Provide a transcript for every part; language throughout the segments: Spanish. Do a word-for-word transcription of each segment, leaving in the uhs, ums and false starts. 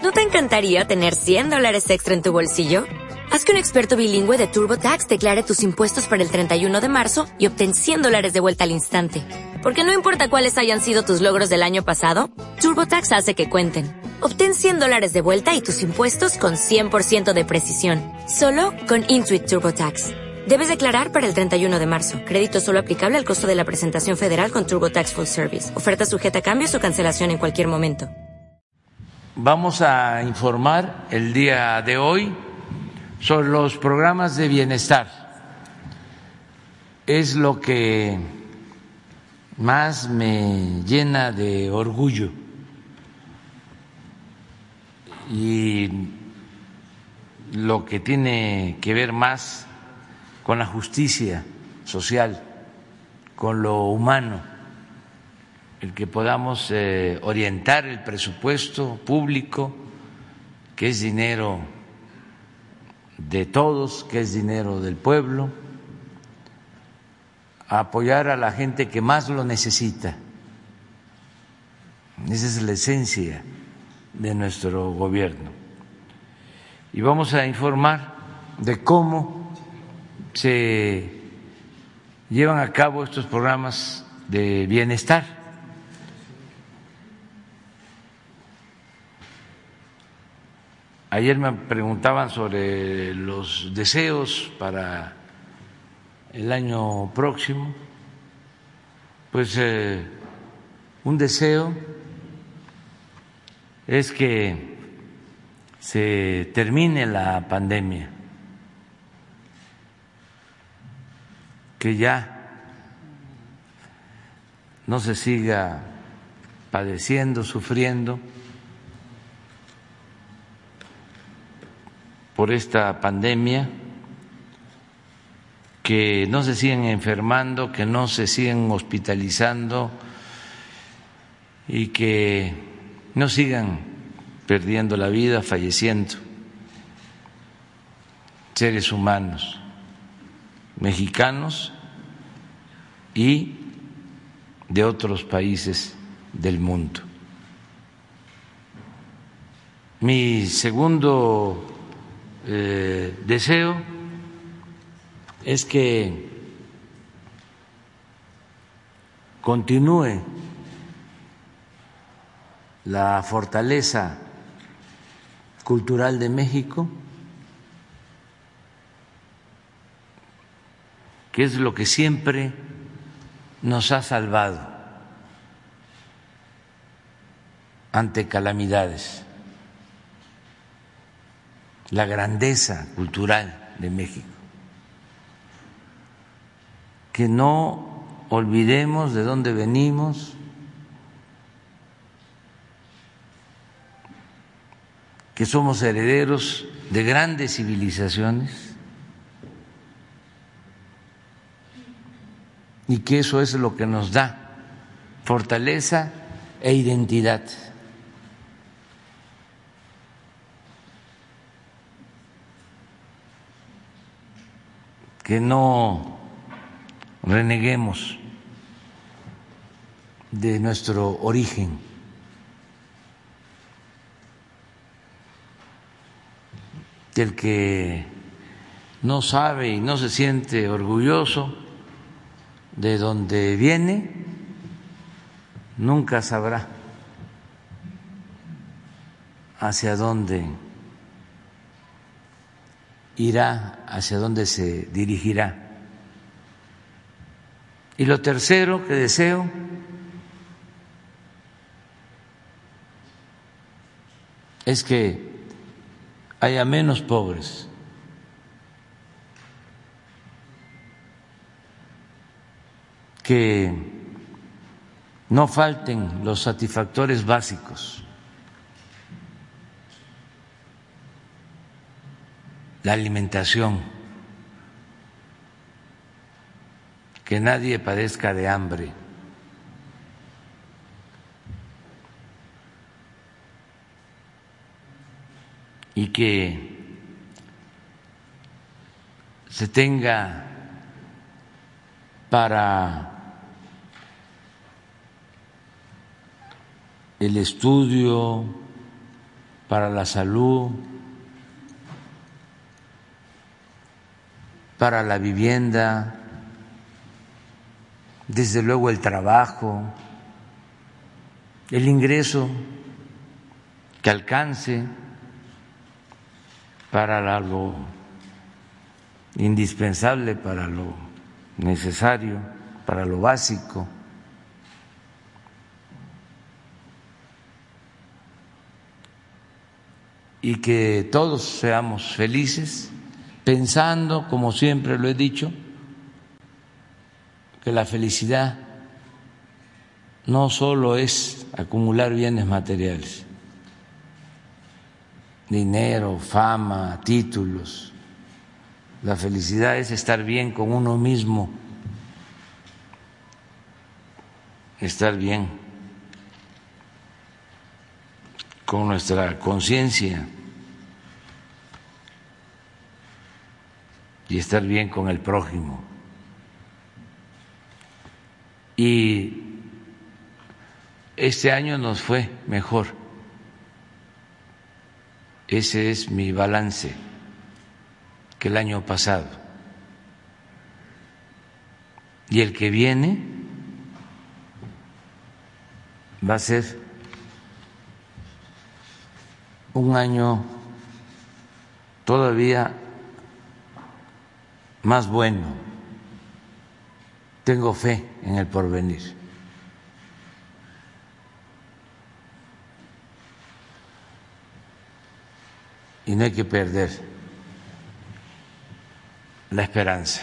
¿No te encantaría tener cien dólares extra en tu bolsillo? Haz que un experto bilingüe de TurboTax declare tus impuestos para el treinta y uno de marzo y obtén cien dólares de vuelta al instante. Porque no importa cuáles hayan sido tus logros del año pasado, TurboTax hace que cuenten. Obtén cien dólares de vuelta y tus impuestos con cien por ciento de precisión. Solo con Intuit TurboTax. Debes declarar para el treinta y uno de marzo. Crédito solo aplicable al costo de la presentación federal con TurboTax Full Service. Oferta sujeta a cambios o cancelación en cualquier momento. Vamos a informar el día de hoy sobre los programas de bienestar. Es lo que más me llena de orgullo y lo que tiene que ver más con la justicia social, con lo humano, el que podamos eh, orientar el presupuesto público, que es dinero de todos, que es dinero del pueblo, a apoyar a la gente que más lo necesita. Esa es la esencia de nuestro gobierno. Y vamos a informar de cómo se llevan a cabo estos programas de bienestar. Ayer me preguntaban sobre los deseos para el año próximo. Pues eh, un deseo es que se termine la pandemia, que ya no se siga padeciendo, sufriendo por esta pandemia, que no se sigan enfermando, que no se sigan hospitalizando y que no sigan perdiendo la vida, falleciendo seres humanos mexicanos y de otros países del mundo. Mi segundo Eh, deseo es que continúe la fortaleza cultural de México, que es lo que siempre nos ha salvado ante calamidades. La grandeza cultural de México, que no olvidemos de dónde venimos, que somos herederos de grandes civilizaciones y que eso es lo que nos da fortaleza e identidad. Que no reneguemos de nuestro origen, que el que no sabe y no se siente orgulloso de donde viene, nunca sabrá hacia dónde irá, hacia dónde se dirigirá. Y lo tercero que deseo es que haya menos pobres, que no falten los satisfactores básicos, la alimentación, que nadie padezca de hambre, y que se tenga para el estudio, para la salud, para la vivienda, desde luego el trabajo, el ingreso que alcance para lo indispensable, para lo necesario, para lo básico. Y que todos seamos felices, pensando, como siempre lo he dicho, que la felicidad no solo es acumular bienes materiales, dinero, fama, títulos. La felicidad es estar bien con uno mismo, estar bien con nuestra conciencia y estar bien con el prójimo. Y este año nos fue mejor. Ese es mi balance, que el año pasado. Y el que viene va a ser un año todavía más bueno. Tengo fe en el porvenir. Y no hay que perder la esperanza.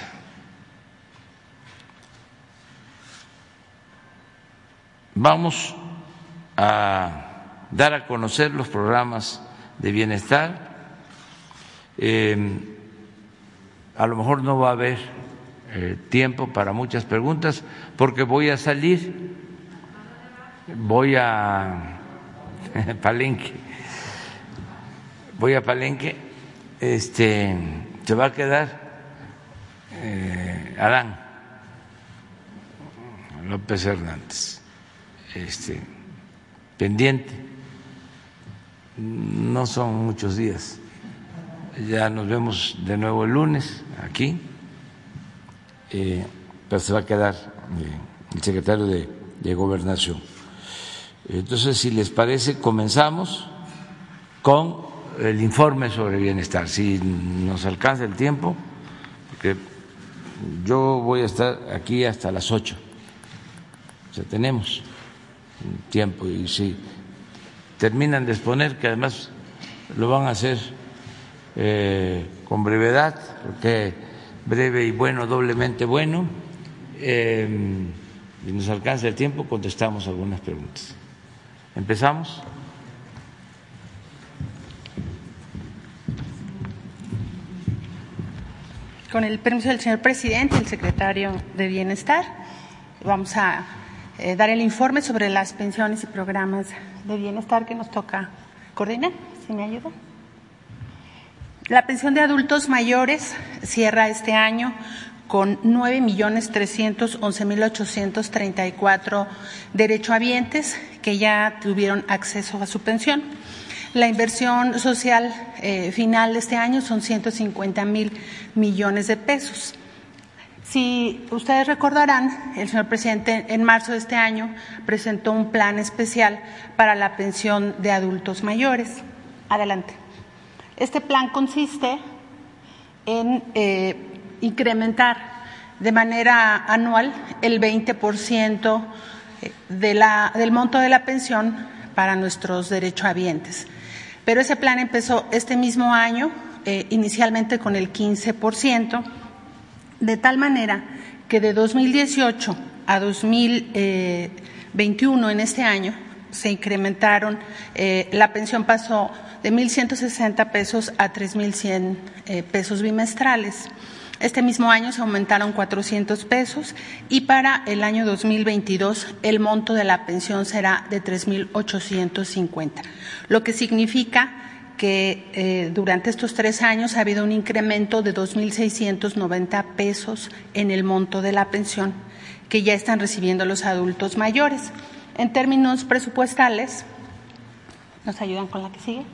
Vamos a dar a conocer los programas de bienestar. Eh, a lo mejor no va a haber eh, tiempo para muchas preguntas porque voy a salir, voy a Palenque, voy a Palenque, este, se va a quedar eh, Adán López Hernández, este, pendiente. No son muchos días. Ya nos vemos de nuevo el lunes aquí, eh, pero se va a quedar eh, el secretario de, de Gobernación. Entonces, si les parece, comenzamos con el informe sobre bienestar, si nos alcanza el tiempo, porque yo voy a estar aquí hasta las ocho, o sea, tenemos tiempo, y si terminan de exponer, que además lo van a hacer eh, con brevedad, porque breve y bueno, doblemente bueno, eh, y nos alcanza el tiempo, contestamos algunas preguntas. ¿Empezamos? Con el permiso del señor presidente, el secretario de Bienestar, vamos a eh, dar el informe sobre las pensiones y programas de bienestar que nos toca coordinar. ¿Sí me ayuda? La pensión de adultos mayores cierra este año con nueve millones trescientos once mil ochocientos treinta y cuatro derechohabientes que ya tuvieron acceso a su pensión. La inversión social eh, final de este año son ciento cincuenta mil millones de pesos. Si ustedes recordarán, el señor presidente en marzo de este año presentó un plan especial para la pensión de adultos mayores. Adelante. Este plan consiste en eh, incrementar de manera anual el veinte por ciento de la, del monto de la pensión para nuestros derechohabientes. Pero ese plan empezó este mismo año, eh, inicialmente con el quince por ciento, de tal manera que de dos mil dieciocho a dos mil veintiuno, en este año, se incrementaron, eh, la pensión pasó de mil ciento sesenta pesos a tres mil cien eh, pesos bimestrales. Este mismo año se aumentaron cuatrocientos pesos y para el año dos mil veintidós el monto de la pensión será de tres mil ochocientos cincuenta, lo que significa que eh, durante estos tres años ha habido un incremento de dos mil seiscientos noventa pesos en el monto de la pensión que ya están recibiendo los adultos mayores. En términos presupuestales, ¿nos ayudan con la que sigue?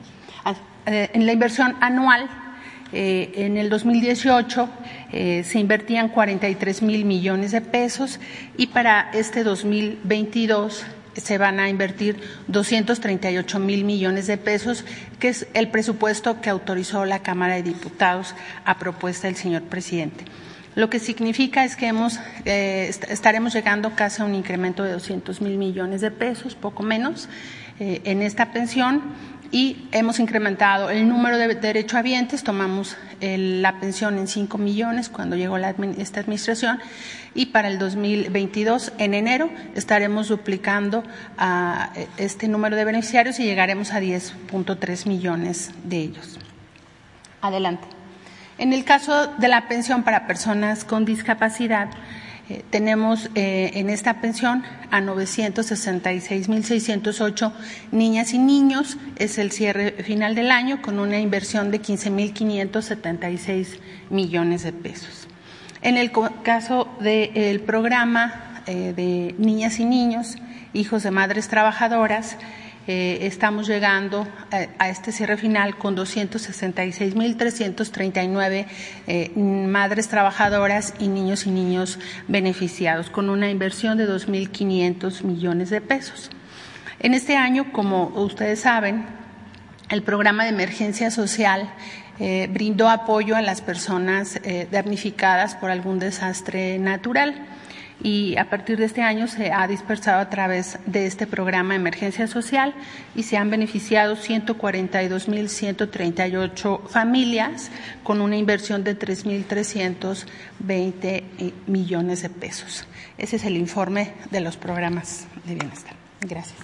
En la inversión anual, eh, en el dos mil dieciocho eh, se invertían cuarenta y tres mil millones de pesos y para este dos mil veintidós se van a invertir doscientos treinta y ocho mil millones de pesos, que es el presupuesto que autorizó la Cámara de Diputados a propuesta del señor presidente. Lo que significa es que hemos, eh, estaremos llegando casi a un incremento de doscientos mil millones de pesos, poco menos, eh, en esta pensión, y hemos incrementado el número de derechohabientes. Tomamos el, la pensión en cinco millones cuando llegó la, esta administración, y para el dos mil veintidós, en enero, estaremos duplicando a este número de beneficiarios y llegaremos a diez punto tres millones de ellos. Adelante. En el caso de la pensión para personas con discapacidad, eh, tenemos eh, en esta pensión a novecientos sesenta y seis mil seiscientos ocho niñas y niños. Es el cierre final del año con una inversión de quince mil quinientos setenta y seis millones de pesos. En el caso del programa eh, de niñas y niños, hijos de madres trabajadoras, Eh, estamos llegando a, a este cierre final con doscientos sesenta y seis mil trescientos treinta y nueve eh, madres trabajadoras y niños y niños beneficiados, con una inversión de dos mil quinientos millones de pesos. En este año, como ustedes saben, el programa de emergencia social eh, brindó apoyo a las personas eh, damnificadas por algún desastre natural. Y a partir de este año se ha dispersado a través de este programa de emergencia social y se han beneficiado ciento cuarenta y dos mil ciento treinta y ocho familias con una inversión de tres mil trescientos veinte millones de pesos. Ese es el informe de los programas de bienestar. Gracias.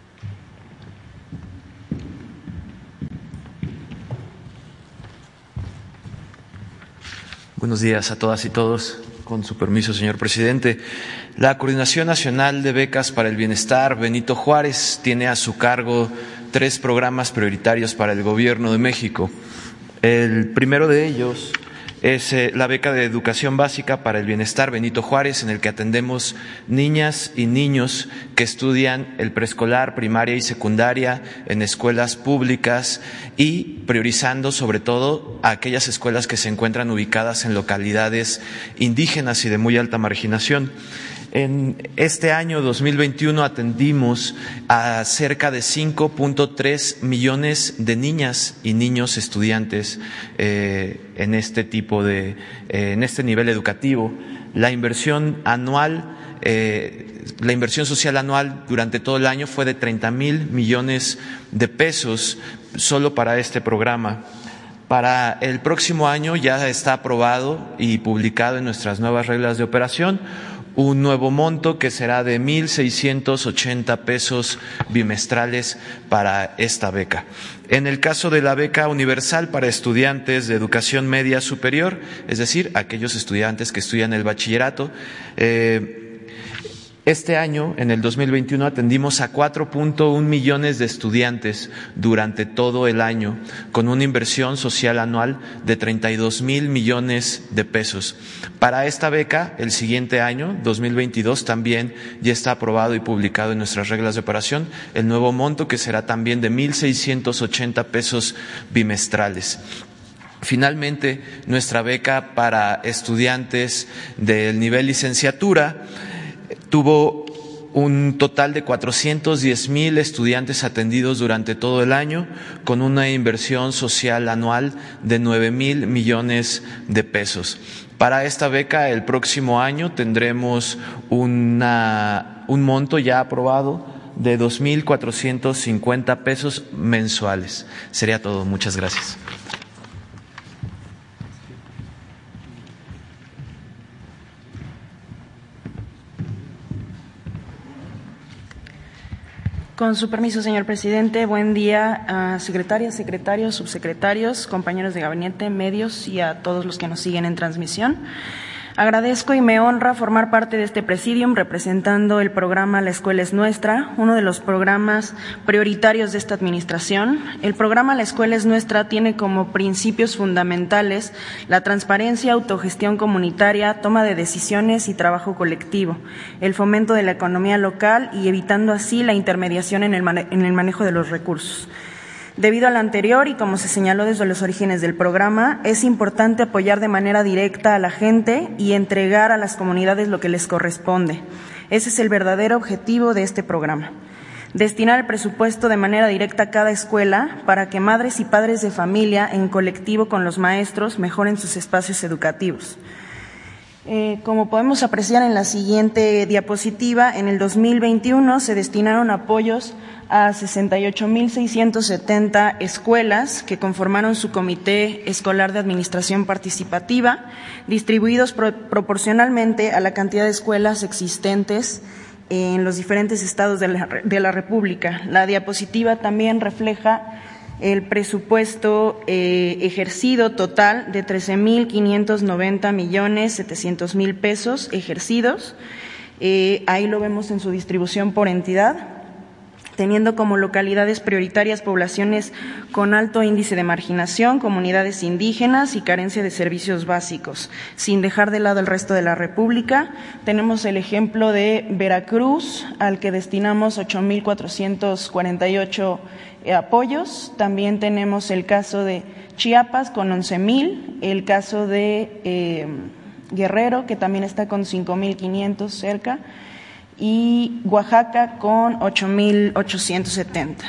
Buenos días a todas y todos. Con su permiso, señor presidente. La Coordinación Nacional de Becas para el Bienestar Benito Juárez tiene a su cargo tres programas prioritarios para el Gobierno de México. El primero de ellos es eh, la beca de educación básica para el bienestar Benito Juárez, en el que atendemos niñas y niños que estudian el preescolar, primaria y secundaria en escuelas públicas y priorizando sobre todo a aquellas escuelas que se encuentran ubicadas en localidades indígenas y de muy alta marginación. En este año dos mil veintiuno atendimos a cerca de cinco punto tres millones de niñas y niños estudiantes eh, en este tipo de, eh, en este nivel educativo. La inversión anual, eh, la inversión social anual durante todo el año fue de treinta mil millones de pesos solo para este programa. Para el próximo año ya está aprobado y publicado en nuestras nuevas reglas de operación un nuevo monto que será de mil seiscientos ochenta pesos bimestrales para esta beca. En el caso de la beca universal para estudiantes de educación media superior, es decir, aquellos estudiantes que estudian el bachillerato, eh, este año, en el dos mil veintiuno, atendimos a cuatro punto uno millones de estudiantes durante todo el año, con una inversión social anual de treinta y dos mil millones de pesos. Para esta beca, el siguiente año, dos mil veintidós, también ya está aprobado y publicado en nuestras reglas de operación el nuevo monto, que será también de mil seiscientos ochenta pesos bimestrales. Finalmente, nuestra beca para estudiantes del nivel licenciatura tuvo un total de cuatrocientos diez mil estudiantes atendidos durante todo el año, con una inversión social anual de nueve mil millones de pesos. Para esta beca, el próximo año tendremos una, un monto ya aprobado de dos mil cuatrocientos cincuenta pesos mensuales. Sería todo. Muchas gracias. Con su permiso, señor presidente, buen día a secretarias, secretarios, subsecretarios, compañeros de gabinete, medios y a todos los que nos siguen en transmisión. Agradezco y me honra formar parte de este presidium representando el programa La Escuela es Nuestra, uno de los programas prioritarios de esta administración. El programa La Escuela es Nuestra tiene como principios fundamentales la transparencia, autogestión comunitaria, toma de decisiones y trabajo colectivo, el fomento de la economía local y evitando así la intermediación en el, mane- en el manejo de los recursos. Debido al anterior y como se señaló desde los orígenes del programa, es importante apoyar de manera directa a la gente y entregar a las comunidades lo que les corresponde. Ese es el verdadero objetivo de este programa. Destinar el presupuesto de manera directa a cada escuela para que madres y padres de familia, en colectivo con los maestros, mejoren sus espacios educativos. Eh, como podemos apreciar en la siguiente diapositiva, en el dos mil veintiuno se destinaron apoyos a sesenta y ocho mil seiscientas setenta escuelas que conformaron su comité escolar de administración participativa, distribuidos pro proporcionalmente a la cantidad de escuelas existentes en los diferentes estados de la, de la República. La diapositiva también refleja el presupuesto eh, ejercido total de trece mil quinientos noventa millones setecientos mil pesos ejercidos. Eh, ahí lo vemos en su distribución por entidad, teniendo como localidades prioritarias poblaciones con alto índice de marginación, comunidades indígenas y carencia de servicios básicos, sin dejar de lado el resto de la República. Tenemos el ejemplo de Veracruz, al que destinamos ocho mil cuatrocientos cuarenta y ocho eh, apoyos. También tenemos el caso de Chiapas con once mil, el caso de eh, Guerrero, que también está con cinco mil quinientos cerca, y Oaxaca con ocho mil ochocientos setenta.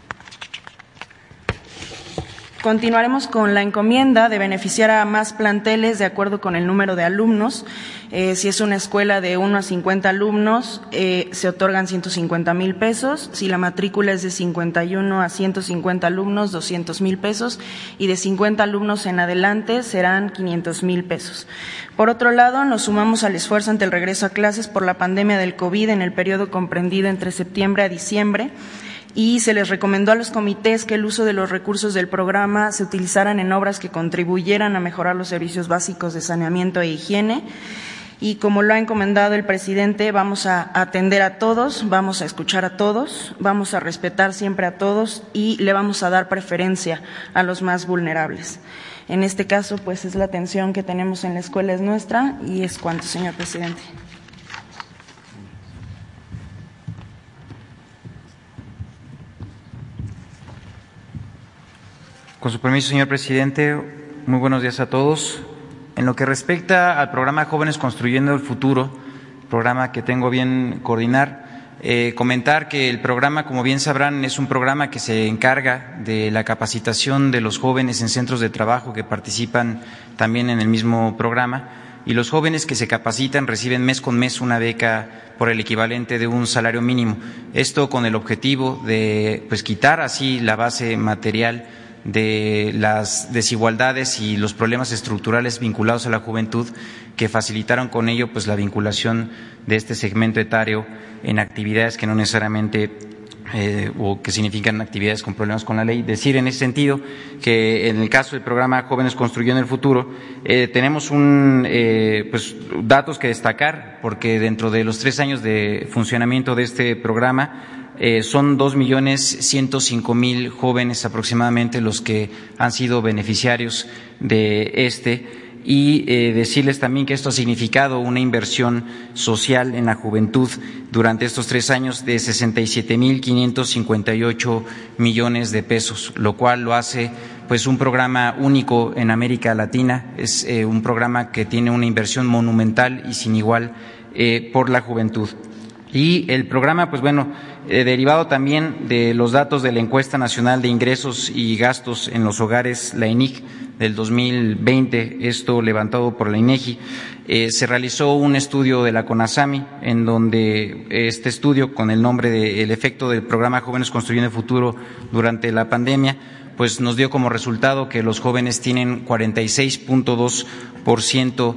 Continuaremos con la encomienda de beneficiar a más planteles de acuerdo con el número de alumnos. Eh, si es una escuela de uno a cincuenta alumnos, eh, se otorgan ciento cincuenta mil pesos. Si la matrícula es de cincuenta y uno a ciento cincuenta alumnos, doscientos mil pesos. Y de cincuenta alumnos en adelante serán quinientos mil pesos. Por otro lado, nos sumamos al esfuerzo ante el regreso a clases por la pandemia del COVID en el periodo comprendido entre septiembre a diciembre, y se les recomendó a los comités que el uso de los recursos del programa se utilizaran en obras que contribuyeran a mejorar los servicios básicos de saneamiento e higiene. Y como lo ha encomendado el presidente, vamos a atender a todos, vamos a escuchar a todos, vamos a respetar siempre a todos y le vamos a dar preferencia a los más vulnerables. En este caso, pues es la atención que tenemos en la escuela es nuestra y es cuanto, señor presidente. Con su permiso, señor presidente, muy buenos días a todos. En lo que respecta al programa Jóvenes Construyendo el Futuro, programa que tengo bien coordinar, eh, comentar que el programa, como bien sabrán, es un programa que se encarga de la capacitación de los jóvenes en centros de trabajo que participan también en el mismo programa, y los jóvenes que se capacitan reciben mes con mes una beca por el equivalente de un salario mínimo. Esto con el objetivo de pues quitar así la base material de las desigualdades y los problemas estructurales vinculados a la juventud, que facilitaron con ello pues la vinculación de este segmento etario en actividades que no necesariamente eh, o que significan actividades con problemas con la ley. Decir en ese sentido que en el caso del programa Jóvenes Construyendo el Futuro eh, tenemos un eh, pues datos que destacar, porque dentro de los tres años de funcionamiento de este programa Eh, son dos millones ciento cinco mil jóvenes aproximadamente los que han sido beneficiarios de este, y eh, decirles también que esto ha significado una inversión social en la juventud durante estos tres años de sesenta y siete mil quinientos cincuenta y ocho millones de pesos, lo cual lo hace pues un programa único en América Latina. Es eh, un programa que tiene una inversión monumental y sin igual eh, por la juventud. Y el programa, pues bueno, eh, derivado también de los datos de la Encuesta Nacional de Ingresos y Gastos en los Hogares, la I N I G, del dos mil veinte, esto levantado por la INEGI, eh, se realizó un estudio de la CONASAMI, en donde este estudio, con el nombre de El efecto del programa Jóvenes Construyendo el Futuro durante la pandemia, pues nos dio como resultado que los jóvenes tienen cuarenta y seis punto dos por ciento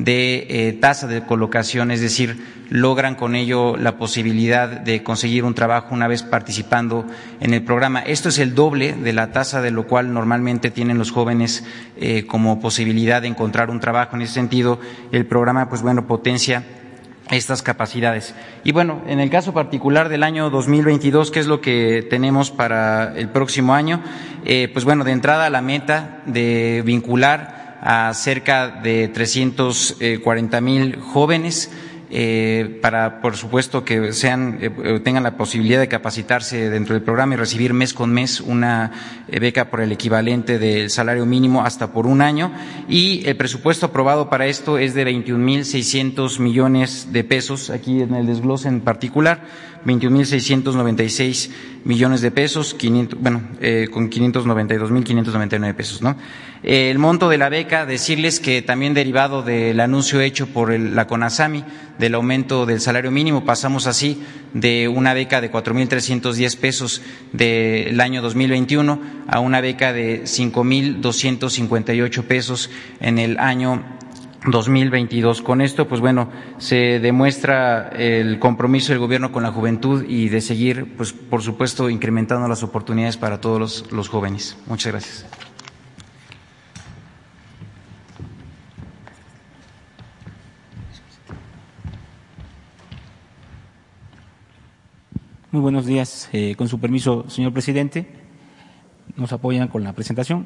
de eh, tasa de colocación, es decir, logran con ello la posibilidad de conseguir un trabajo una vez participando en el programa. Esto es el doble de la tasa de lo cual normalmente tienen los jóvenes eh, como posibilidad de encontrar un trabajo. En ese sentido, el programa, pues bueno, potencia estas capacidades. Y bueno, en el caso particular del año dos mil veintidós, ¿qué es lo que tenemos para el próximo año? Eh, pues bueno, de entrada la meta de vincular a cerca de trescientos cuarenta mil jóvenes eh, para, por supuesto, que sean eh, tengan la posibilidad de capacitarse dentro del programa y recibir mes con mes una eh, beca por el equivalente del salario mínimo hasta por un año. Y el presupuesto aprobado para esto es de veintiún mil seiscientos millones de pesos, aquí en el desglose en particular, veintiún mil seiscientos noventa y seis millones de pesos, quinientos, bueno, eh, con quinientos noventa y dos mil quinientos noventa y nueve pesos, ¿no? Eh, el monto de la beca, decirles que también derivado del anuncio hecho por el, la CONASAMI del aumento del salario mínimo, pasamos así de una beca de cuatro mil trescientos diez pesos del año dos mil veintiuno a una beca de cinco mil doscientos cincuenta y ocho pesos en el año dos mil veintidós. Con esto, pues bueno, se demuestra el compromiso del Gobierno con la juventud y de seguir, pues por supuesto, incrementando las oportunidades para todos los, los jóvenes. Muchas gracias. Muy buenos días. Eh, con su permiso, señor presidente, nos apoyan con la presentación.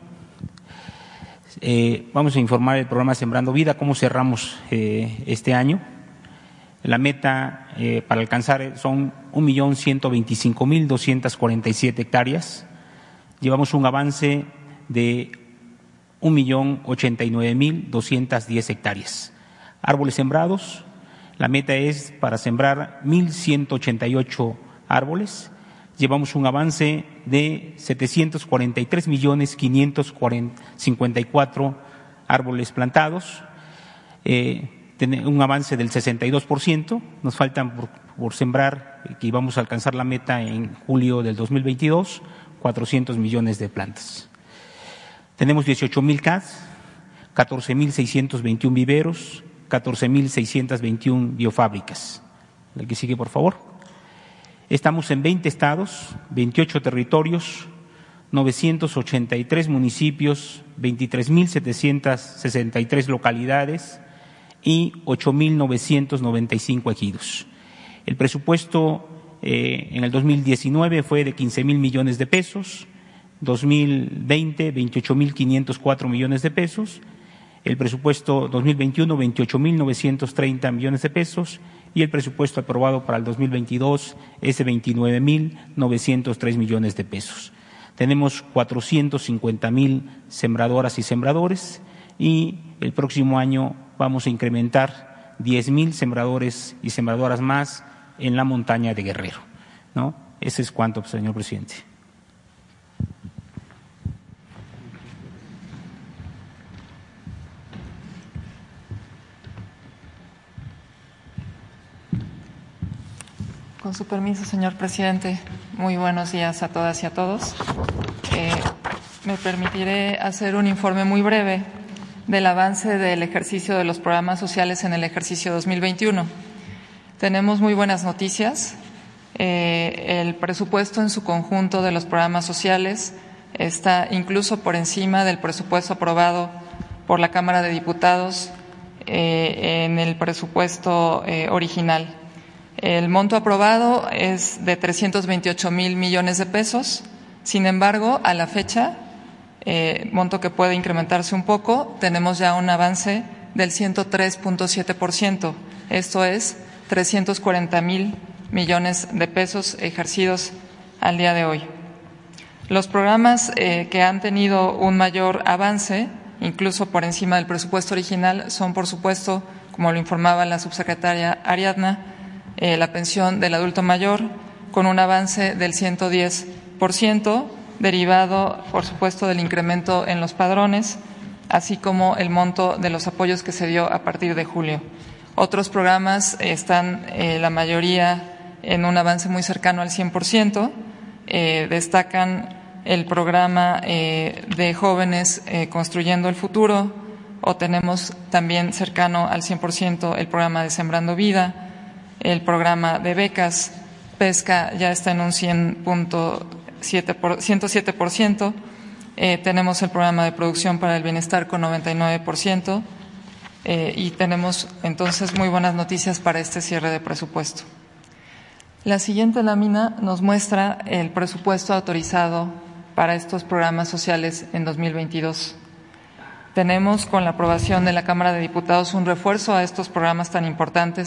Eh, vamos a informar el programa Sembrando Vida, cómo cerramos eh, este año. La meta eh, para alcanzar son un millón ciento veinticinco mil doscientas cuarenta y siete hectáreas. Llevamos un avance de un millón ochenta y nueve mil doscientas diez hectáreas. Árboles sembrados, la meta es para sembrar mil ciento ochenta y ocho árboles. Llevamos un avance de setecientos cuarenta y tres millones quinientos cincuenta y cuatro árboles plantados, eh, un avance del sesenta y dos por ciento. Nos faltan por, por sembrar, que íbamos a alcanzar la meta en julio del dos mil veintidós, cuatrocientos millones de plantas. Tenemos dieciocho mil C A S, catorce mil seiscientos veintiún viveros, catorce mil seiscientos veintiún biofábricas. El que sigue, por favor. Estamos en veinte estados, veintiocho territorios, novecientos ochenta y tres municipios, veintitrés mil setecientos sesenta y tres localidades y ocho mil novecientos noventa y cinco ejidos. El presupuesto eh, en el dos mil diecinueve fue de quince mil millones de pesos, dos mil veinte, veintiocho mil quinientos cuatro millones de pesos, el presupuesto dos mil veintiuno, veintiocho mil novecientos treinta millones de pesos, y el presupuesto aprobado para el dos mil veintidós es de veintinueve mil novecientos tres millones de pesos. Tenemos cuatrocientos cincuenta mil sembradoras y sembradores y el próximo año vamos a incrementar diez mil sembradores y sembradoras más en la montaña de Guerrero, ¿no? Ese es cuanto, señor presidente. Con su permiso, señor presidente, muy buenos días a todas y a todos. Eh, me permitiré hacer un informe muy breve del avance del ejercicio de los programas sociales en el ejercicio dos mil veintiuno. Tenemos muy buenas noticias. Eh, el presupuesto en su conjunto de los programas sociales está incluso por encima del presupuesto aprobado por la Cámara de Diputados eh, en el presupuesto eh, original. El monto aprobado es de trescientos veintiocho mil millones de pesos. Sin embargo, a la fecha, eh, monto que puede incrementarse un poco, tenemos ya un avance del ciento tres punto siete por ciento. Esto es trescientos cuarenta mil millones de pesos ejercidos al día de hoy. Los programas eh, que han tenido un mayor avance, incluso por encima del presupuesto original, son, por supuesto, como lo informaba la subsecretaria Ariadna, Eh, la pensión del adulto mayor, con un avance del ciento diez por ciento, derivado, por supuesto, del incremento en los padrones, así como el monto de los apoyos que se dio a partir de julio. Otros programas eh, están, eh, la mayoría, en un avance muy cercano al cien por ciento. Eh, destacan el programa eh, de jóvenes eh, construyendo el futuro, o tenemos también cercano al cien por ciento el programa de Sembrando Vida. El programa de becas, pesca ya está en un ciento siete por ciento. Eh, tenemos el programa de producción para el bienestar con noventa y nueve por ciento eh, y tenemos entonces muy buenas noticias para este cierre de presupuesto. La siguiente lámina nos muestra el presupuesto autorizado para estos programas sociales en dos mil veintidós. Tenemos, con la aprobación de la Cámara de Diputados, un refuerzo a estos programas tan importantes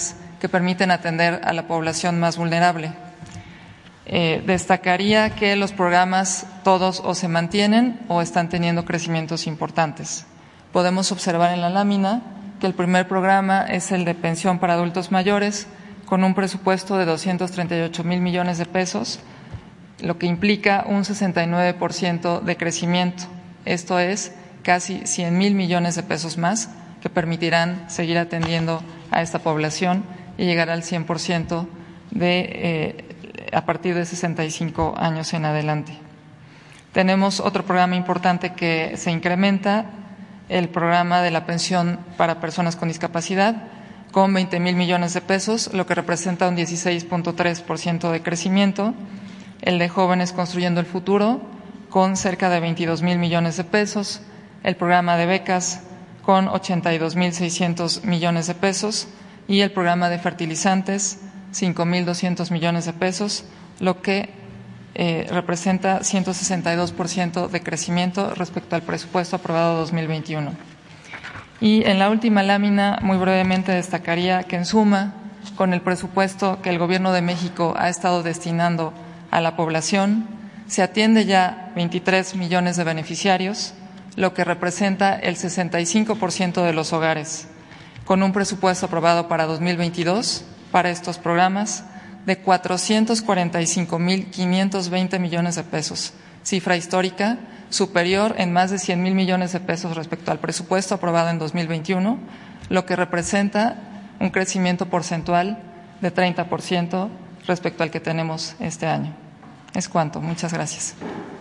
que permiten atender a la población más vulnerable. Eh, destacaría que los programas todos o se mantienen o están teniendo crecimientos importantes. Podemos observar en la lámina que el primer programa es el de pensión para adultos mayores, con un presupuesto de doscientos treinta y ocho mil millones de pesos, lo que implica un sesenta y nueve por ciento de crecimiento. Esto es casi cien mil millones de pesos más que permitirán seguir atendiendo a esta población y llegar al cien por ciento de, eh, a partir de sesenta y cinco años en adelante. Tenemos otro programa importante que se incrementa, el programa de la pensión para personas con discapacidad, con veinte mil millones de pesos, lo que representa un dieciséis punto tres por ciento de crecimiento. El de Jóvenes Construyendo el Futuro, con cerca de veintidós mil millones de pesos. El programa de becas, con ochenta y dos mil seiscientos millones de pesos. Y el programa de fertilizantes, cinco mil doscientos millones de pesos, lo que eh, representa ciento sesenta y dos por ciento de crecimiento respecto al presupuesto aprobado dos mil veintiuno. Y en la última lámina, muy brevemente, destacaría que en suma, con el presupuesto que el Gobierno de México ha estado destinando a la población, se atiende ya veintitrés millones de beneficiarios, lo que representa el sesenta y cinco por ciento de los hogares, con un presupuesto aprobado para dos mil veintidós para estos programas de cuatrocientos cuarenta y cinco mil quinientos veinte millones de pesos, cifra histórica superior en más de cien mil millones de pesos respecto al presupuesto aprobado en dos mil veintiuno, lo que representa un crecimiento porcentual de treinta por ciento respecto al que tenemos este año. Es cuanto. Muchas gracias.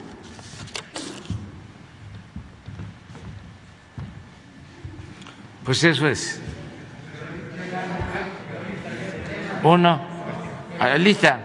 Pues eso es. Uno. Lista.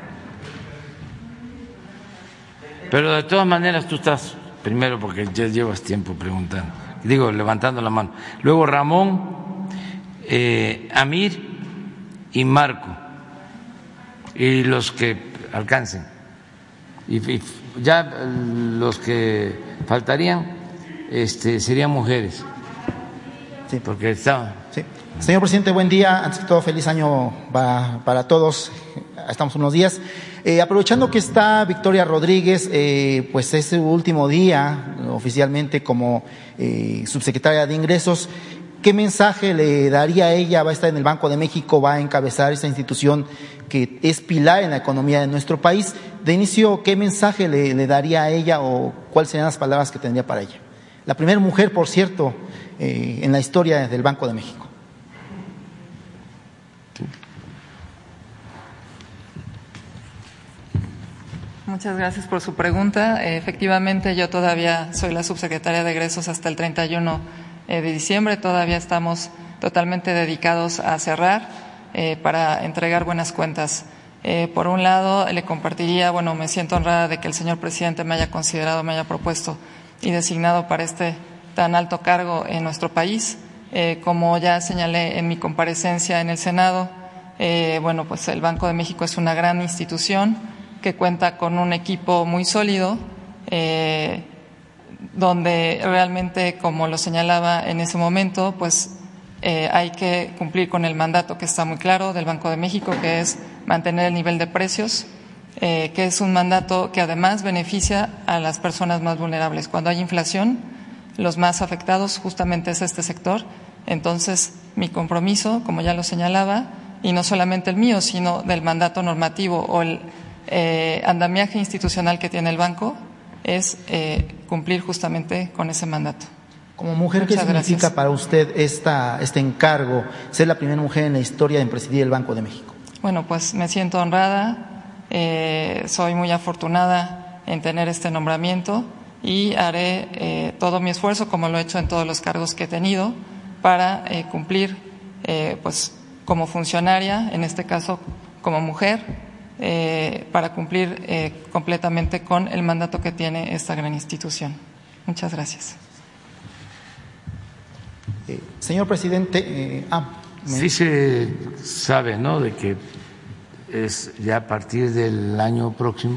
Pero de todas maneras tú estás primero porque ya llevas tiempo preguntando, digo, levantando la mano. Luego Ramón, eh, Amir y Marco, y los que alcancen. Y, y ya los que faltarían este, serían mujeres. Sí. Porque estaban. Sí. Señor presidente, buen día. Antes que todo, feliz año para, para todos. Estamos unos días. Eh, aprovechando que está Victoria Rodríguez, eh, pues es su último día oficialmente como eh, subsecretaria de Ingresos. ¿Qué mensaje le daría a ella? Va a estar en el Banco de México, va a encabezar esta institución que es pilar en la economía de nuestro país. De inicio, ¿qué mensaje le, le daría a ella o cuáles serían las palabras que tendría para ella? La primera mujer, por cierto, eh, en la historia del Banco de México. Muchas gracias por su pregunta. Efectivamente, yo todavía soy la subsecretaria de Egresos hasta el treinta y uno de diciembre. Todavía estamos totalmente dedicados a cerrar eh, para entregar buenas cuentas. Eh, por un lado, le compartiría, bueno, me siento honrada de que el señor presidente me haya considerado, me haya propuesto y designado para este tan alto cargo en nuestro país. Eh, como ya señalé en mi comparecencia en el Senado, eh, bueno, pues el Banco de México es una gran institución que cuenta con un equipo muy sólido, eh, donde realmente, como lo señalaba en ese momento, pues eh, hay que cumplir con el mandato que está muy claro del Banco de México, que es mantener el nivel de precios, eh, que es un mandato que además beneficia a las personas más vulnerables. Cuando hay inflación, los más afectados justamente es este sector. Entonces, mi compromiso, como ya lo señalaba, y no solamente el mío, sino del mandato normativo o el Eh, andamiaje institucional que tiene el banco, es eh, cumplir justamente con ese mandato. Como mujer, ¿qué significa gracias. para usted esta, este encargo, ser la primera mujer en la historia en presidir el Banco de México? Bueno, pues me siento honrada, eh, soy muy afortunada en tener este nombramiento y haré eh, todo mi esfuerzo, como lo he hecho en todos los cargos que he tenido, para eh, cumplir eh, pues como funcionaria, en este caso como mujer, Eh, para cumplir eh, completamente con el mandato que tiene esta gran institución. Muchas gracias. Eh, señor presidente, eh, ah, me... sí se sabe, ¿no?, de que es ya a partir del año próximo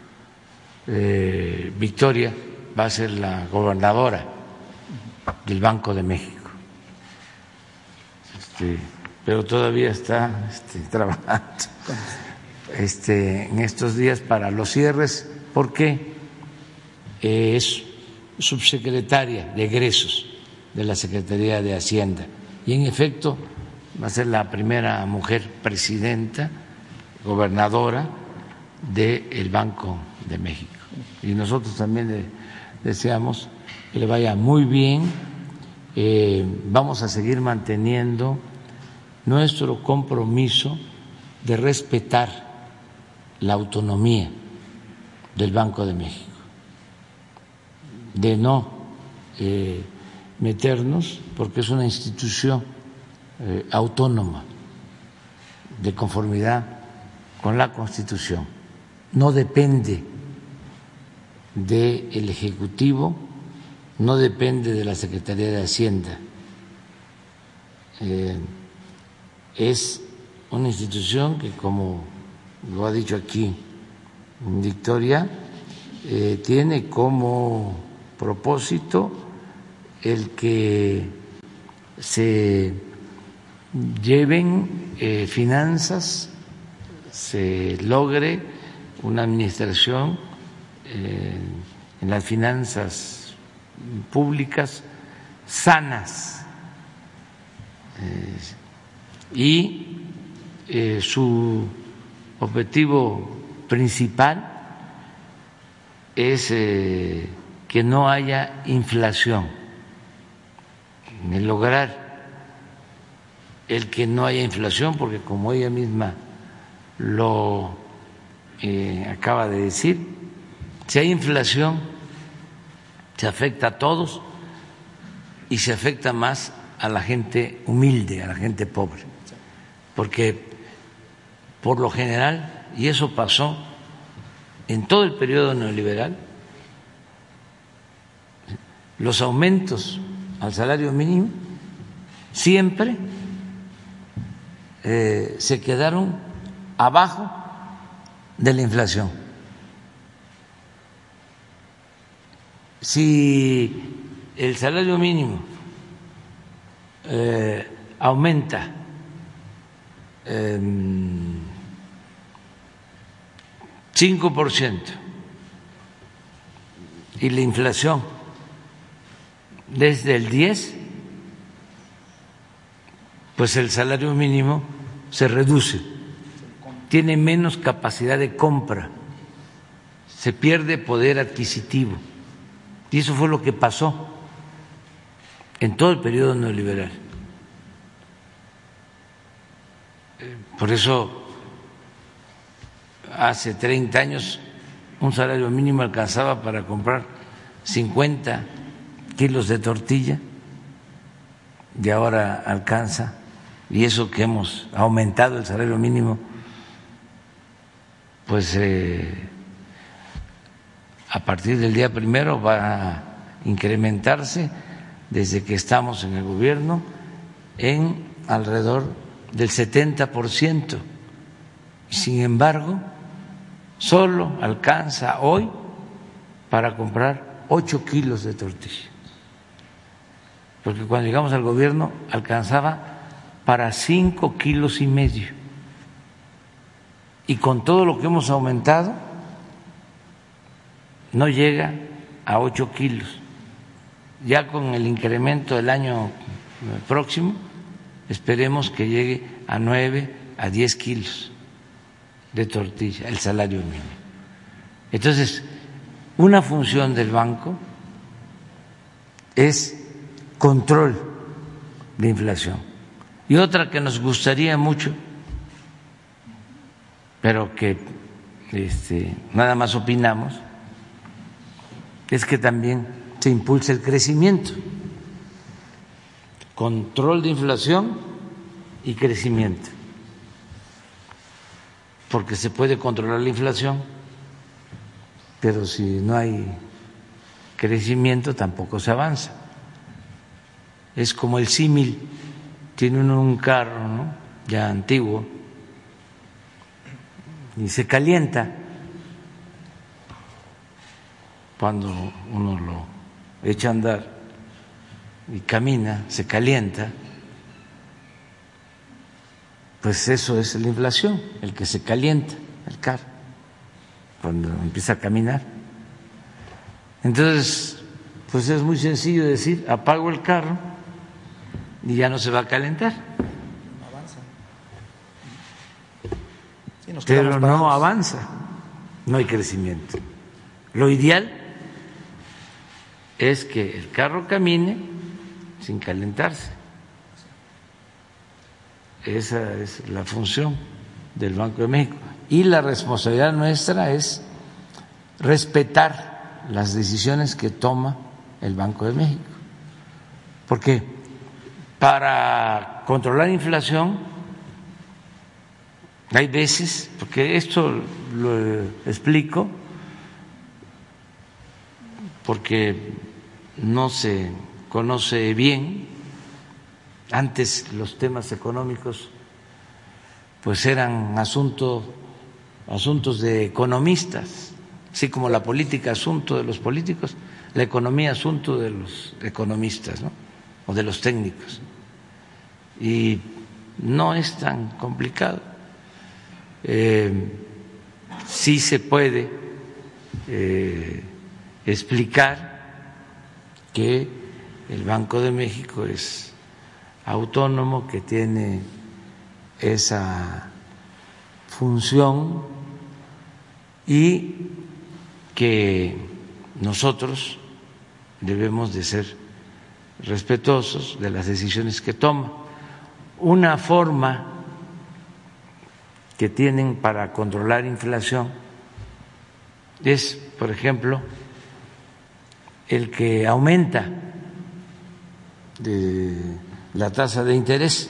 eh, Victoria va a ser la gobernadora del Banco de México. Este, pero todavía está este, trabajando este, en estos días para los cierres, porque eh, es subsecretaria de egresos de la Secretaría de Hacienda y en efecto va a ser la primera mujer presidenta, gobernadora del Banco de México. Y nosotros también le deseamos que le vaya muy bien. Eh, vamos a seguir manteniendo nuestro compromiso de respetar la autonomía del Banco de México, de no eh, meternos, porque es una institución eh, autónoma, de conformidad con la Constitución, no depende del Ejecutivo, no depende de la Secretaría de Hacienda, eh, es una institución que, como lo ha dicho aquí Victoria, eh, tiene como propósito el que se lleven eh, finanzas, se logre una administración eh, en las finanzas públicas sanas eh, y eh, su objetivo principal es eh, que no haya inflación, el lograr el que no haya inflación, porque como ella misma lo eh, acaba de decir, si hay inflación se afecta a todos y se afecta más a la gente humilde, a la gente pobre, porque por lo general, y eso pasó en todo el periodo neoliberal, los aumentos al salario mínimo siempre eh, se quedaron abajo de la inflación. Si el salario mínimo eh, aumenta eh, cinco por ciento y la inflación desde el diez, pues el salario mínimo se reduce, tiene menos capacidad de compra, se pierde poder adquisitivo. Y eso fue lo que pasó en todo el periodo neoliberal. Por eso, hace treinta años, un salario mínimo alcanzaba para comprar cincuenta kilos de tortilla y ahora alcanza, y eso que hemos aumentado el salario mínimo, pues eh, a partir del día primero va a incrementarse desde que estamos en el gobierno en alrededor del setenta por ciento. Sin embargo, solo alcanza hoy para comprar ocho kilos de tortilla, porque cuando llegamos al gobierno alcanzaba para cinco kilos y medio, y con todo lo que hemos aumentado no llega a ocho kilos. Ya con el incremento del año próximo esperemos que llegue a nueve, a diez kilos de tortilla el salario mínimo. Entonces, una función del banco es control de inflación, y otra que nos gustaría mucho, pero que este, nada más opinamos, es que también se impulse el crecimiento, control de inflación y crecimiento, porque se puede controlar la inflación, pero si no hay crecimiento tampoco se avanza. Es como el símil, tiene uno un carro, ¿no?, ya antiguo, y se calienta cuando uno lo echa a andar y camina, se calienta, pues eso es la inflación, el que se calienta el carro cuando empieza a caminar. Entonces, pues es muy sencillo decir, apago el carro y ya no se va a calentar. Avanza. Sí, nos Pero quedamos no parados. avanza, no hay crecimiento. Lo ideal es que el carro camine sin calentarse. Esa es la función del Banco de México. Y la responsabilidad nuestra es respetar las decisiones que toma el Banco de México. Porque para controlar inflación hay veces, porque esto lo explico, porque no se conoce bien. Antes los temas económicos pues eran asunto, asuntos de economistas, así como la política asunto de los políticos, la economía asunto de los economistas, ¿no? O de los técnicos. Y no es tan complicado. Eh, sí se puede eh, explicar que el Banco de México es autónomo, que tiene esa función y que nosotros debemos de ser respetuosos de las decisiones que toma. Una forma que tienen para controlar inflación es, por ejemplo, el que aumenta de la tasa de interés.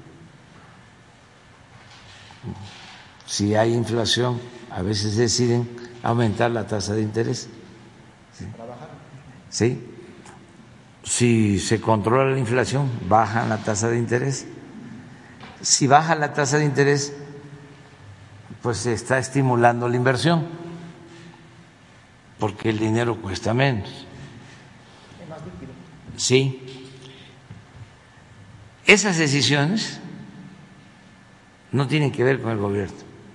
Si hay inflación, a veces deciden aumentar la tasa de interés. ¿Sí? ¿Sí? Si se controla la inflación, bajan la tasa de interés. Si baja la tasa de interés, pues se está estimulando la inversión, porque el dinero cuesta menos. Sí. Esas decisiones no tienen que ver con el gobierno.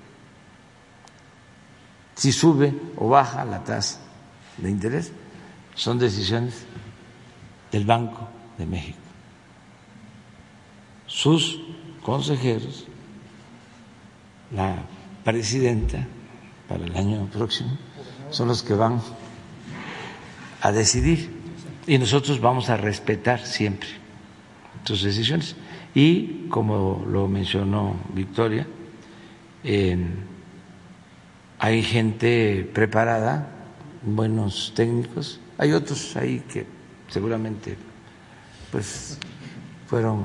Si sube o baja la tasa de interés, son decisiones del Banco de México. Sus consejeros, la presidenta para el año próximo, son los que van a decidir y nosotros vamos a respetar siempre sus decisiones. Y como lo mencionó Victoria, eh, hay gente preparada, buenos técnicos, hay otros ahí que seguramente pues fueron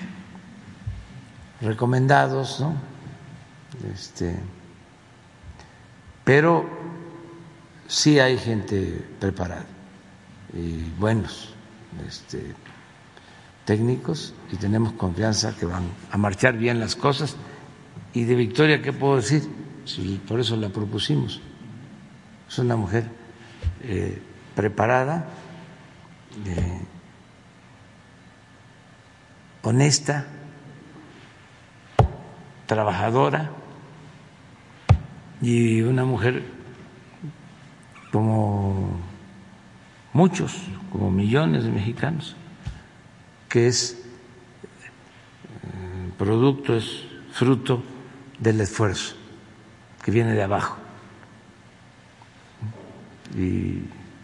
recomendados, ¿no? Este, pero sí hay gente preparada y buenos este, técnicos, y tenemos confianza que van a marchar bien las cosas. Y de Victoria, ¿qué puedo decir? Sí, por eso la propusimos. Es una mujer eh, preparada, eh, honesta, trabajadora, y una mujer como muchos, como millones de mexicanos, que es eh, producto, es fruto del esfuerzo que viene de abajo y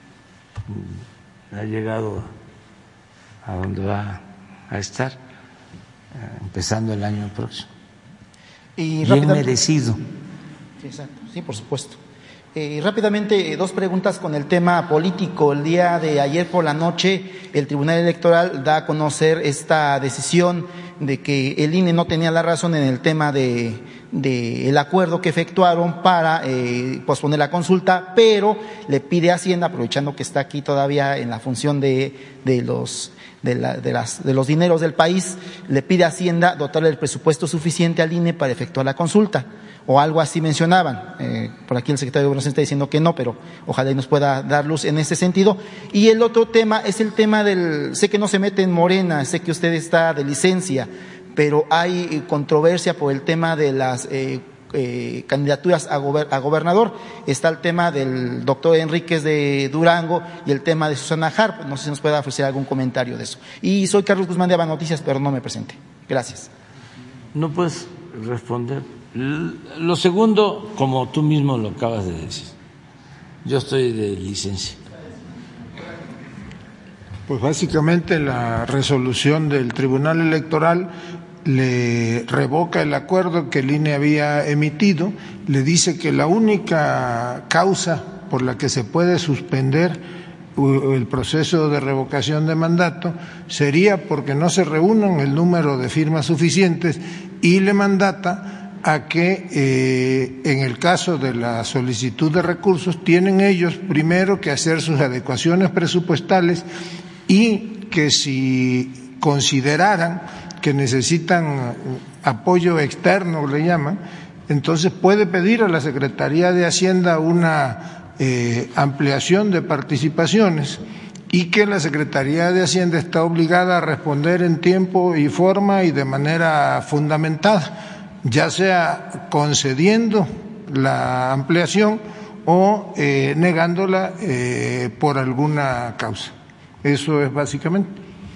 ha llegado a donde va a estar, eh, empezando el año próximo. Y bien merecido. Sí, exacto, sí, por supuesto. Eh, rápidamente, dos preguntas con el tema político. El día de ayer por la noche, el Tribunal Electoral da a conocer esta decisión de que el I N E no tenía la razón en el tema de, de el acuerdo que efectuaron para eh, posponer la consulta, pero le pide a Hacienda, aprovechando que está aquí todavía en la función de, de los de, la, de, las, de los dineros del país, le pide a Hacienda dotarle el presupuesto suficiente al I N E para efectuar la consulta, o algo así mencionaban. Eh, por aquí el secretario de Gobernación está diciendo que no, pero ojalá y nos pueda dar luz en ese sentido. Y el otro tema es el tema del, sé que no se mete en Morena, sé que usted está de licencia, pero hay controversia por el tema de las eh, eh, candidaturas a, gober, a gobernador. Está el tema del doctor Enríquez de Durango y el tema de Susana Harp. No sé si nos puede ofrecer algún comentario de eso. Y soy Carlos Guzmán de Aba Noticias, pero no me presenté. Gracias. No puedes responder. Lo segundo, como tú mismo lo acabas de decir, yo estoy de licencia. Pues básicamente la resolución del Tribunal Electoral le revoca el acuerdo que el I N E había emitido, le dice que la única causa por la que se puede suspender el proceso de revocación de mandato sería porque no se reúnan el número de firmas suficientes, y le mandata a que eh, en el caso de la solicitud de recursos tienen ellos primero que hacer sus adecuaciones presupuestales, y que si consideraran que necesitan apoyo externo, le llaman, entonces puede pedir a la Secretaría de Hacienda una eh, ampliación de participaciones, y que la Secretaría de Hacienda está obligada a responder en tiempo y forma y de manera fundamentada, ya sea concediendo la ampliación o eh, negándola eh, por alguna causa. Eso es básicamente.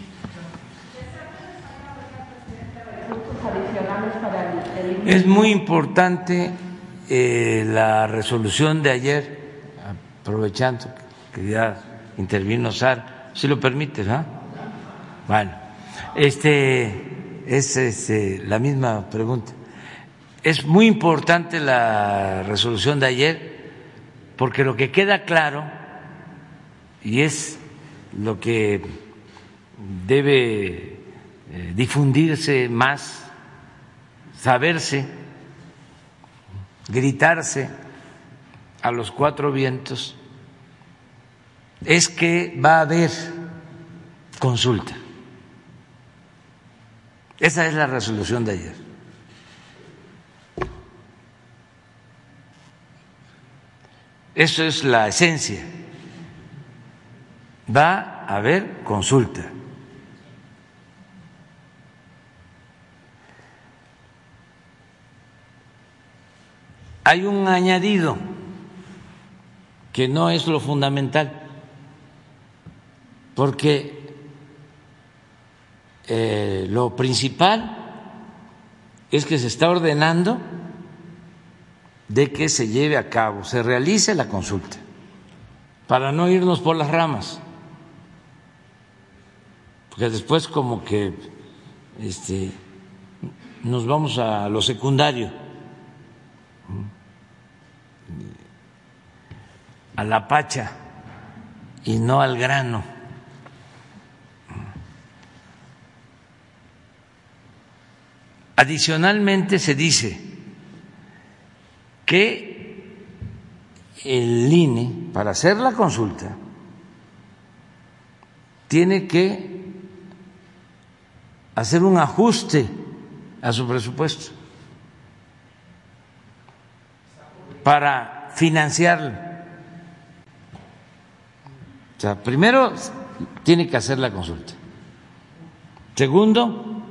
Es muy importante eh, la resolución de ayer, aprovechando que ya intervino Sara, si lo permites, ¿ah? Bueno, este es este, la misma pregunta. Es muy importante la resolución de ayer, porque lo que queda claro, y es lo que debe eh, difundirse más, saberse, gritarse a los cuatro vientos, es que va a haber consulta. Esa es la resolución de ayer. Eso es la esencia. Va a haber consulta. Hay un añadido que no es lo fundamental, porque eh, lo principal es que se está ordenando de que se lleve a cabo, se realice la consulta, para no irnos por las ramas, porque después como que este, nos vamos a lo secundario, a la pacha y no al grano. Adicionalmente se dice que el I N E, para hacer la consulta, tiene que hacer un ajuste a su presupuesto para financiarlo. O sea, primero tiene que hacer la consulta. Segundo,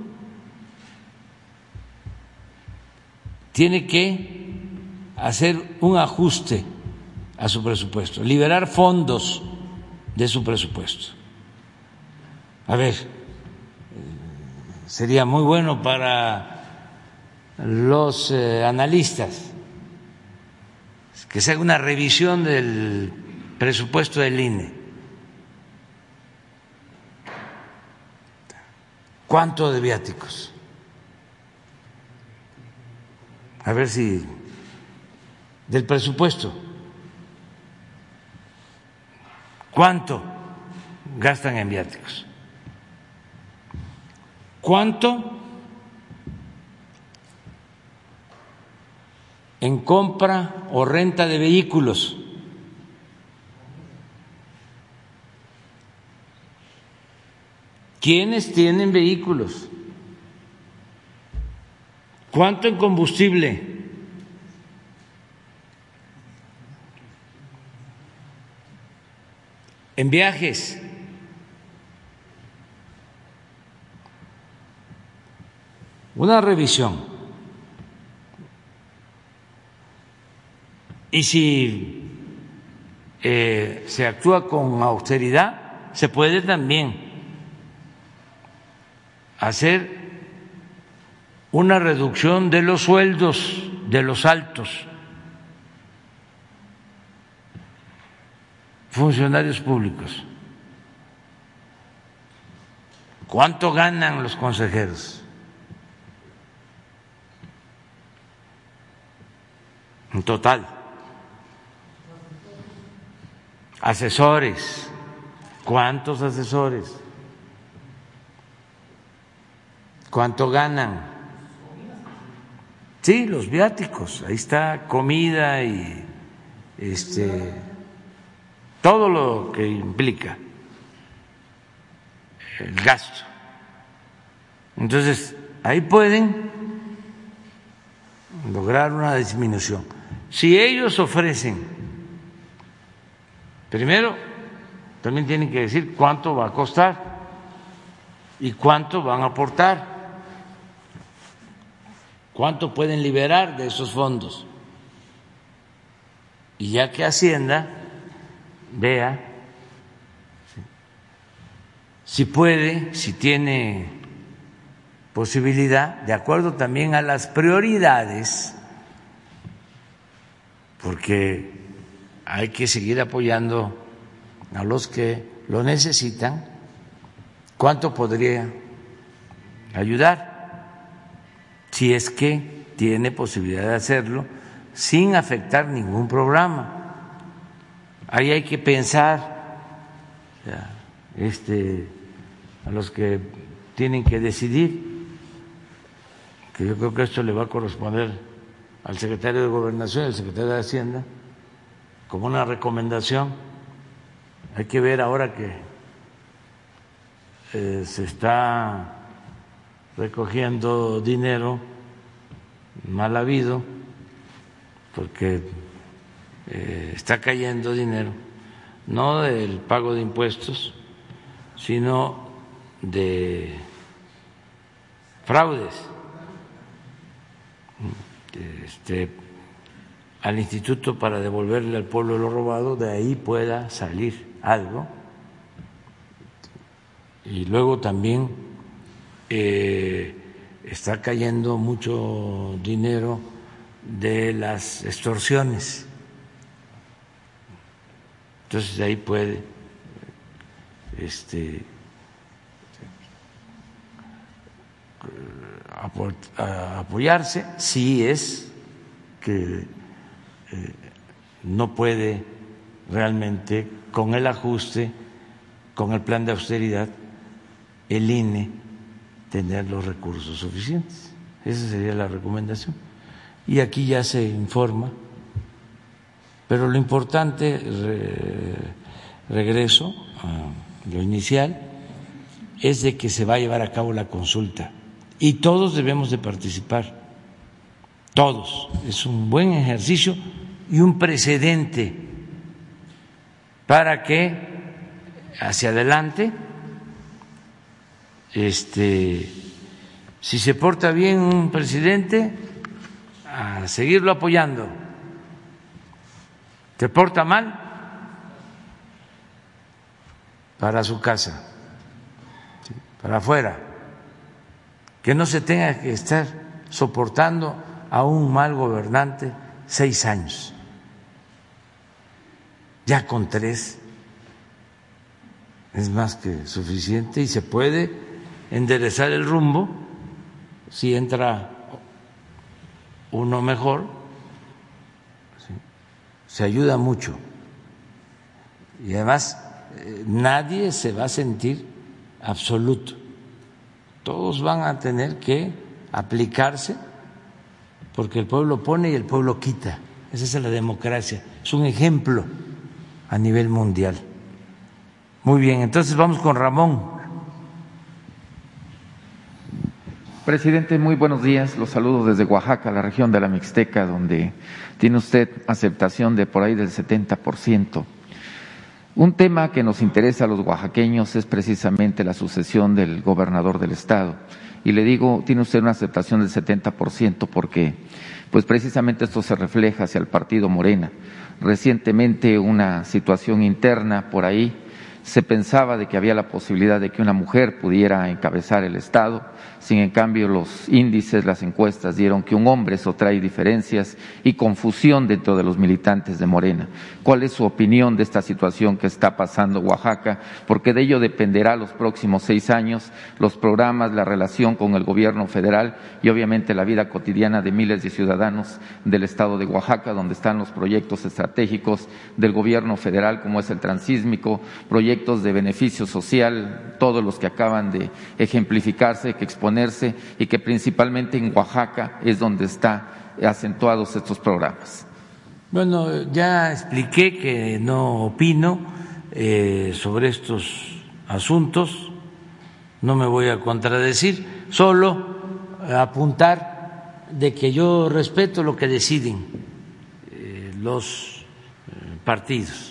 tiene que hacer un ajuste a su presupuesto, liberar fondos de su presupuesto. A ver, sería muy bueno para los eh, analistas que se haga una revisión del presupuesto del I N E. ¿Cuánto de viáticos? A ver si del presupuesto, ¿cuánto gastan en viáticos? ¿Cuánto en compra o renta de vehículos? ¿Quiénes tienen vehículos? ¿Cuánto en combustible? ¿En viajes? una revisión. Y si eh, se actúa con austeridad, se puede también hacer una reducción de los sueldos de los altos funcionarios públicos. ¿Cuánto ganan los consejeros? En total. Asesores. ¿Cuántos asesores? ¿Cuánto ganan? Sí, los viáticos. Ahí está comida y este todo lo que implica el gasto. Entonces, ahí pueden lograr una disminución. Si ellos ofrecen, primero, también tienen que decir cuánto va a costar y cuánto van a aportar, cuánto pueden liberar de esos fondos. Y ya que Hacienda vea si puede, si tiene posibilidad, de acuerdo también a las prioridades, porque hay que seguir apoyando a los que lo necesitan, cuánto podría ayudar, si es que tiene posibilidad de hacerlo, sin afectar ningún programa. Ahí hay que pensar, este, a los que tienen que decidir, que yo creo que esto le va a corresponder al secretario de Gobernación y al secretario de Hacienda, como una recomendación. Hay que ver ahora que eh, se está recogiendo dinero mal habido, porque eh, está cayendo dinero, no del pago de impuestos, sino de fraudes este, al instituto para devolverle al pueblo lo robado, de ahí pueda salir algo. Y luego también eh, está cayendo mucho dinero de las extorsiones, entonces de ahí puede este apoyarse si es que eh, no puede realmente con el ajuste, con el plan de austeridad, el I N E tener los recursos suficientes. Esa sería la recomendación. Y aquí ya se informa, pero lo importante, re, regreso a lo inicial, es de que se va a llevar a cabo la consulta y todos debemos de participar, todos. Es un buen ejercicio y un precedente para que hacia adelante, este, si se porta bien un presidente, a seguirlo apoyando. Se porta mal, para su casa, para afuera, que no se tenga que estar soportando a un mal gobernante seis años. Ya con tres es más que suficiente y se puede enderezar el rumbo si entra uno mejor, ¿sí? Se ayuda mucho y además eh, nadie se va a sentir absoluto, todos van a tener que aplicarse porque el pueblo pone y el pueblo quita. Esa es la democracia, es un ejemplo a nivel mundial. Muy bien, entonces vamos con Ramón. Presidente, muy buenos días. Los saludo desde Oaxaca, la región de la Mixteca, donde tiene usted aceptación de por ahí del setenta por ciento. Un tema que nos interesa a los oaxaqueños es precisamente la sucesión del gobernador del estado. Y le digo, tiene usted una aceptación del setenta por ciento porque pues precisamente esto se refleja hacia el partido Morena. Recientemente una situación interna por ahí, se pensaba de que había la posibilidad de que una mujer pudiera encabezar el Estado, sin en cambio los índices, las encuestas dieron que un hombre. Eso trae diferencias y confusión dentro de los militantes de Morena. ¿Cuál es su opinión de esta situación que está pasando en Oaxaca? Porque de ello dependerá los próximos seis años, los programas, la relación con el gobierno federal y obviamente la vida cotidiana de miles de ciudadanos del estado de Oaxaca, donde están los proyectos estratégicos del gobierno federal, como es el transísmico, proyectos de beneficio social, todos los que acaban de ejemplificarse, que exponerse y que principalmente en Oaxaca es donde están acentuados estos programas. Bueno, ya expliqué que no opino eh, sobre estos asuntos, no me voy a contradecir, solo apuntar de que yo respeto lo que deciden eh, los eh, partidos.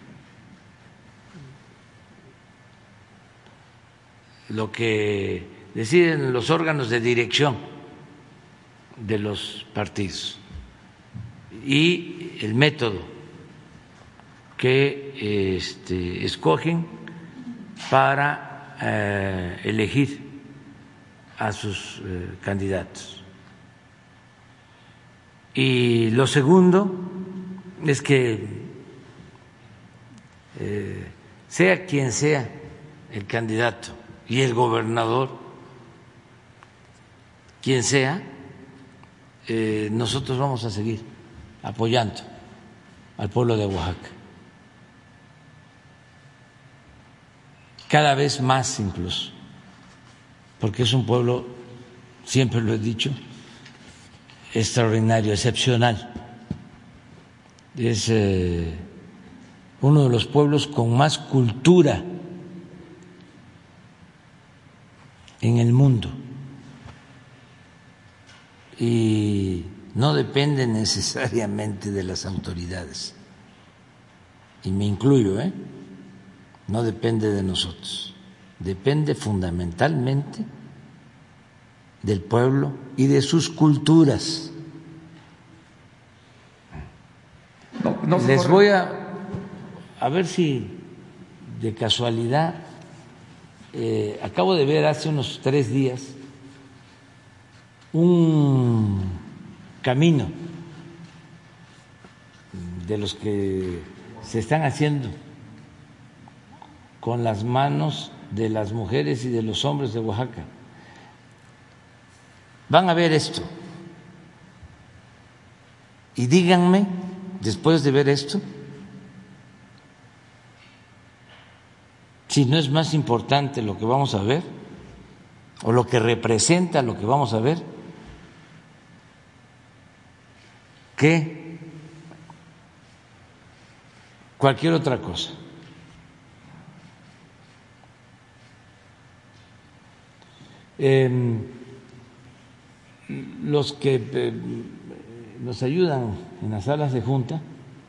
Lo que deciden los órganos de dirección de los partidos y el método que este, escogen para eh, elegir a sus eh, candidatos. Y lo segundo es que eh, sea quien sea el candidato y el gobernador, quien sea, eh, nosotros vamos a seguir apoyando al pueblo de Oaxaca, cada vez más incluso, porque es un pueblo, siempre lo he dicho, extraordinario, excepcional. Es eh, uno de los pueblos con más cultura en el mundo y no depende necesariamente de las autoridades, y me incluyo, ¿eh? No depende de nosotros, depende fundamentalmente del pueblo y de sus culturas. No, no Les voy a a ver si de casualidad Eh, acabo de ver hace unos tres días un camino de los que se están haciendo con las manos de las mujeres y de los hombres de Oaxaca. Van a ver esto y díganme, después de ver esto, si no es más importante lo que vamos a ver o lo que representa lo que vamos a ver que cualquier otra cosa. Eh, los que eh, nos ayudan en las salas de junta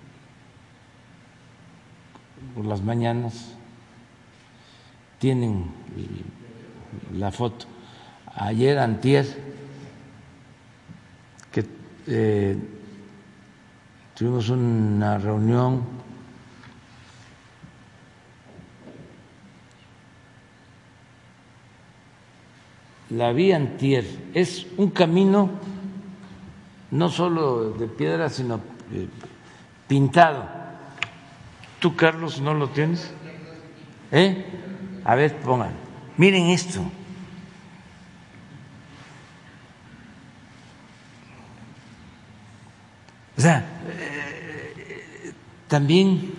por las mañanas tienen la foto. Ayer, antier, que eh, tuvimos una reunión la vi antier, es un camino no solo de piedra, sino eh, pintado. ¿Tú, Carlos, no lo tienes? ¿Eh? A ver, pongan. Miren esto. O sea, eh, también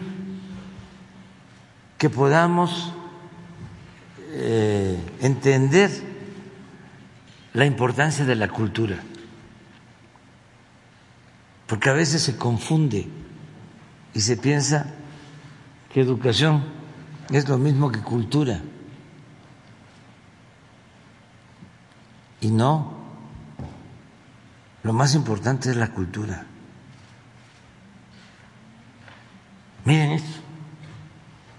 que podamos eh, entender la importancia de la cultura, porque a veces se confunde y se piensa que educación es lo mismo que cultura, y no, lo más importante es la cultura. Miren esto,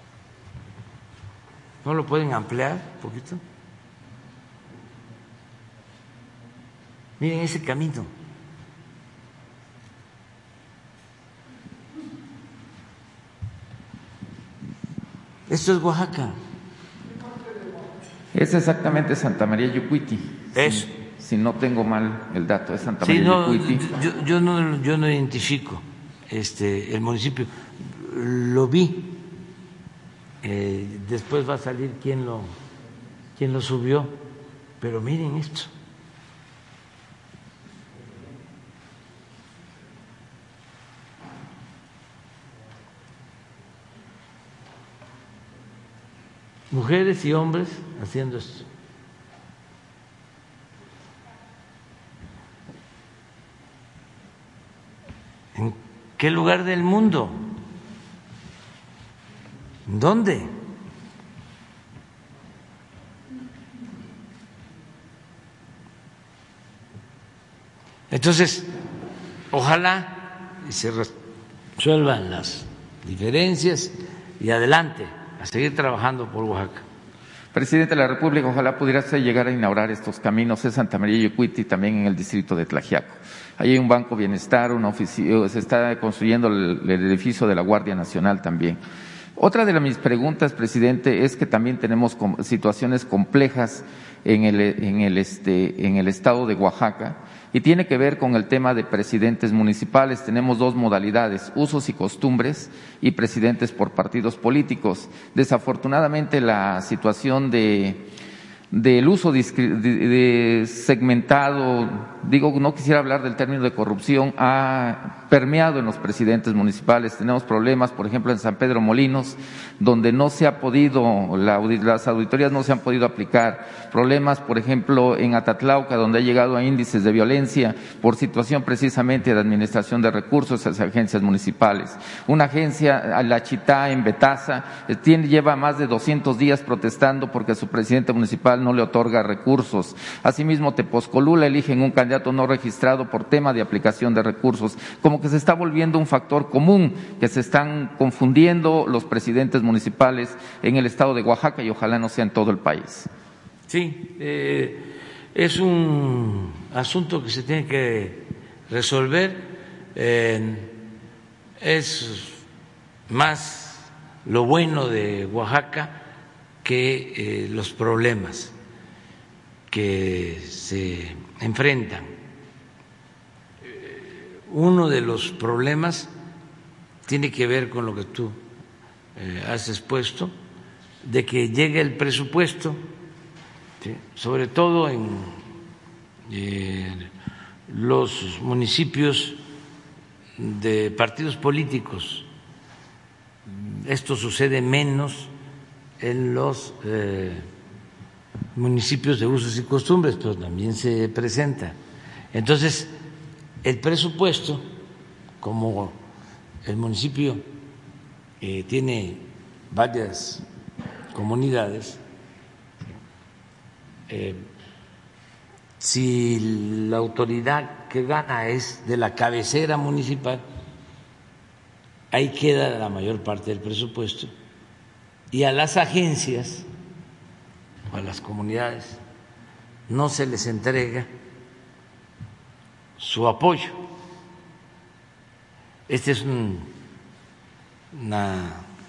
¿No lo pueden ampliar un poquito? Miren ese camino. Esto es Oaxaca. Es exactamente Santa María Yucuiti. Es. Si, si no tengo mal el dato, es Santa Sí, María no, Yucuiti. Yo, yo, no, yo no identifico este, el municipio. Lo vi. Eh, después va a salir quién lo, quién lo subió. Pero miren esto. Mujeres y hombres haciendo esto. ¿En qué lugar del mundo? ¿Dónde? Entonces, ojalá se resuelvan las diferencias y adelante, a seguir trabajando por Oaxaca. Presidente de la República, ojalá pudiera usted llegar a inaugurar estos caminos en Santa María Yucuiti, también en el distrito de Tlaxiaco. Ahí hay un Banco Bienestar, una oficina, se está construyendo el, el edificio de la Guardia Nacional también. Otra de mis preguntas, presidente, es que también tenemos situaciones complejas en el, en el, este, en el estado de Oaxaca y tiene que ver con el tema de presidentes municipales. Tenemos dos modalidades, usos y costumbres y presidentes por partidos políticos. Desafortunadamente la situación de del uso de, de segmentado, digo, no quisiera hablar del término de corrupción, ha permeado en los presidentes municipales. Tenemos problemas, por ejemplo, en San Pedro Molinos, donde no se ha podido, la, las auditorías no se han podido aplicar. Problemas, por ejemplo, en Atatlauca, donde ha llegado a índices de violencia por situación precisamente de administración de recursos a las agencias municipales. Una agencia, la Chitá, en Betaza, tiene, lleva más de doscientos días protestando porque su presidente municipal no le otorga recursos. Asimismo, Tepozcolula eligen un candidato no registrado por tema de aplicación de recursos. Como que se está volviendo un factor común, que se están confundiendo los presidentes municipales en el estado de Oaxaca y ojalá no sea en todo el país. Sí, eh, es un asunto que se tiene que resolver. Eh, es más lo bueno de Oaxaca que eh, los problemas que se enfrentan. Uno de los problemas tiene que ver con lo que tú eh, has expuesto, de que llegue el presupuesto, ¿sí?, sobre todo en eh, los municipios de partidos políticos. Esto sucede menos en los eh, municipios de usos y costumbres, pero también se presenta. Entonces, el presupuesto, como el municipio eh, tiene varias comunidades, eh, si la autoridad que gana es de la cabecera municipal, ahí queda la mayor parte del presupuesto. Y a las agencias o a las comunidades no se les entrega su apoyo. Esta es un, una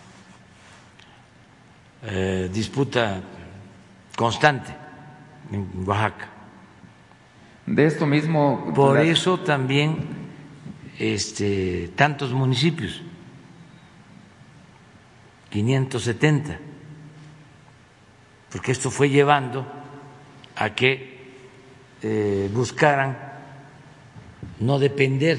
eh, disputa constante en Oaxaca. De esto mismo. Por eso también este, tantos municipios. quinientos setenta, porque esto fue llevando a que eh, buscaran no depender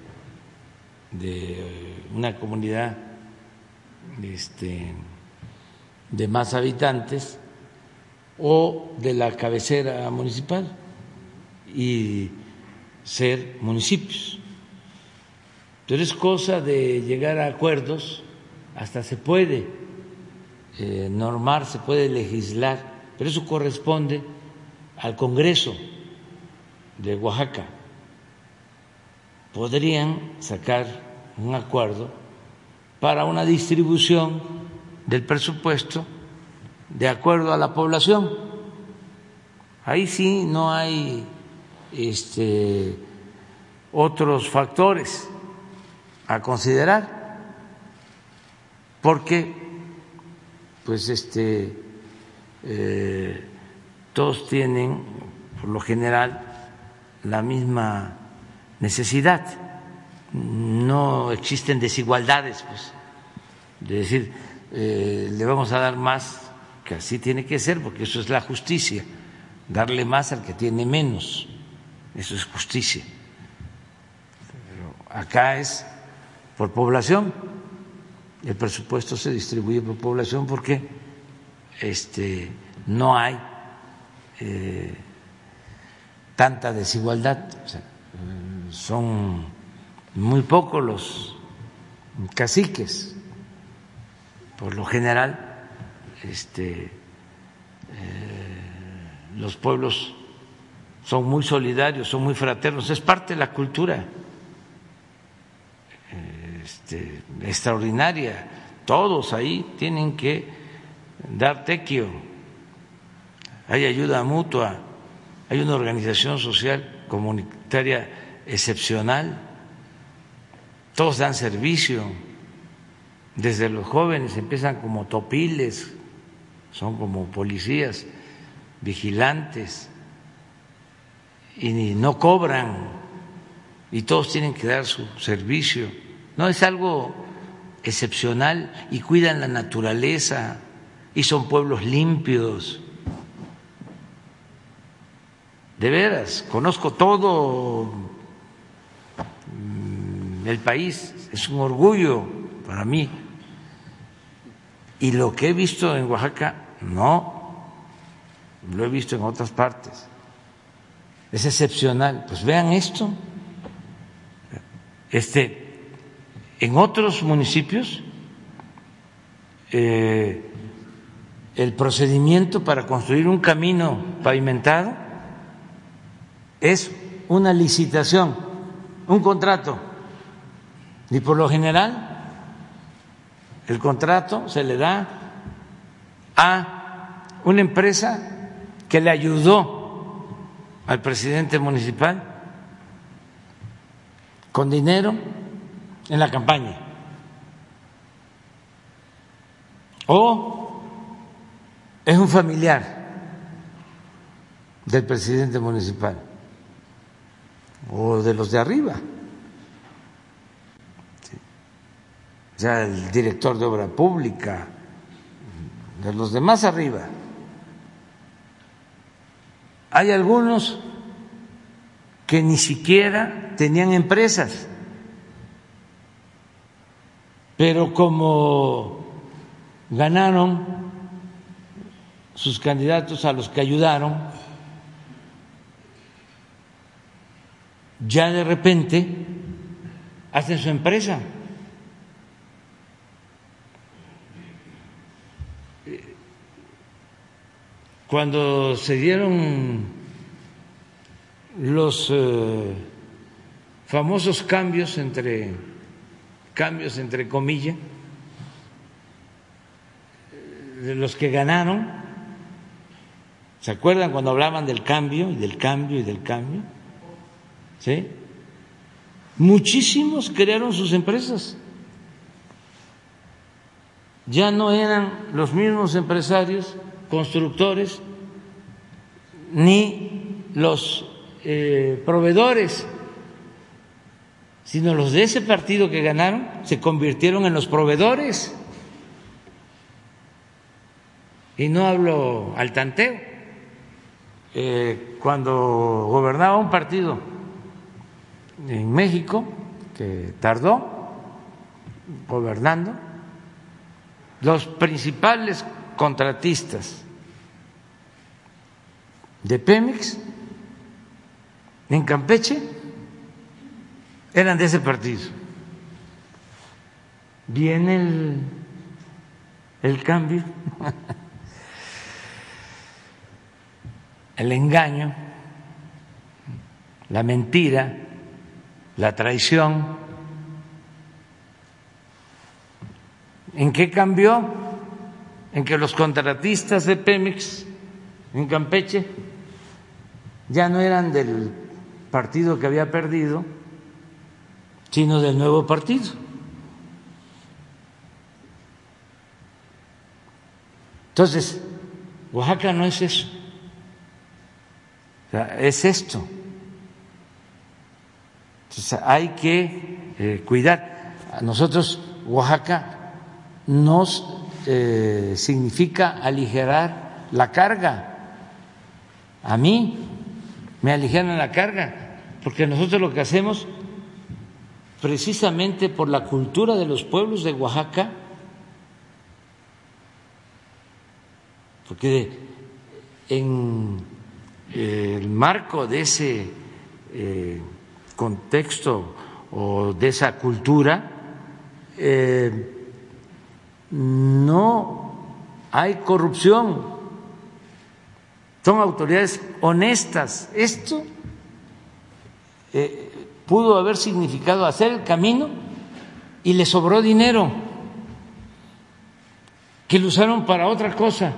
de una comunidad este, de más habitantes o de la cabecera municipal y ser municipios. Pero es cosa de llegar a acuerdos. Hasta se puede eh, normar, se puede legislar, pero eso corresponde al Congreso de Oaxaca. Podrían sacar un acuerdo para una distribución del presupuesto de acuerdo a la población. Ahí sí no hay este, otros factores a considerar, porque pues este eh, todos tienen por lo general la misma necesidad, no existen desigualdades, pues, de decir eh, le vamos a dar más, que así tiene que ser, porque eso es la justicia, darle más al que tiene menos, eso es justicia. Pero acá es por población, el presupuesto se distribuye por población porque este, no hay eh, tanta desigualdad, o sea, son muy pocos los caciques, por lo general este, eh, los pueblos son muy solidarios, son muy fraternos, es parte de la cultura este, extraordinaria, todos ahí tienen que dar tequio, hay ayuda mutua, hay una organización social comunitaria excepcional, todos dan servicio, desde los jóvenes empiezan como topiles, son como policías, vigilantes, y no cobran, y todos tienen que dar su servicio. No, es algo excepcional, y cuidan la naturaleza, y son pueblos limpios. De veras, conozco todo el país, es un orgullo para mí. Y lo que he visto en Oaxaca, no, lo he visto en otras partes. Es excepcional. Pues vean esto. Este, en otros municipios, eh, el procedimiento para construir un camino pavimentado es una licitación, un contrato. Y por lo general, el contrato se le da a una empresa que le ayudó al presidente municipal con dinero en la campaña, o es un familiar del presidente municipal o de los de arriba, o sea, el director de obra pública, de los de más arriba. Hay algunos que ni siquiera tenían empresas, pero como ganaron sus candidatos a los que ayudaron, ya de repente hacen su empresa. Cuando se dieron los eh, famosos cambios entre cambios entre comillas de los que ganaron, ¿se acuerdan cuando hablaban del cambio y del cambio y del cambio? ¿Sí? Muchísimos crearon sus empresas. Ya no eran los mismos empresarios constructores ni los eh, proveedores, sino los de ese partido que ganaron se convirtieron en los proveedores. Y no hablo al tanteo. Eh, cuando gobernaba un partido en México, que tardó gobernando, los principales contratistas de Pemex en Campeche eran de ese partido. Viene el, el cambio, el engaño, la mentira, la traición. ¿En qué cambió? en que los contratistas de Pemex en Campeche ya no eran del partido que había perdido, sino del nuevo partido. Entonces, Oaxaca no es eso, o sea, es esto. Entonces, hay que eh, cuidar. A nosotros, Oaxaca nos eh, significa aligerar la carga. A mí me aligeran la carga, porque nosotros lo que hacemos, precisamente por la cultura de los pueblos de Oaxaca, porque en el marco de ese eh, contexto o de esa cultura eh, no hay corrupción, son autoridades honestas. Esto eh, pudo haber significado hacer el camino y le sobró dinero que lo usaron para otra cosa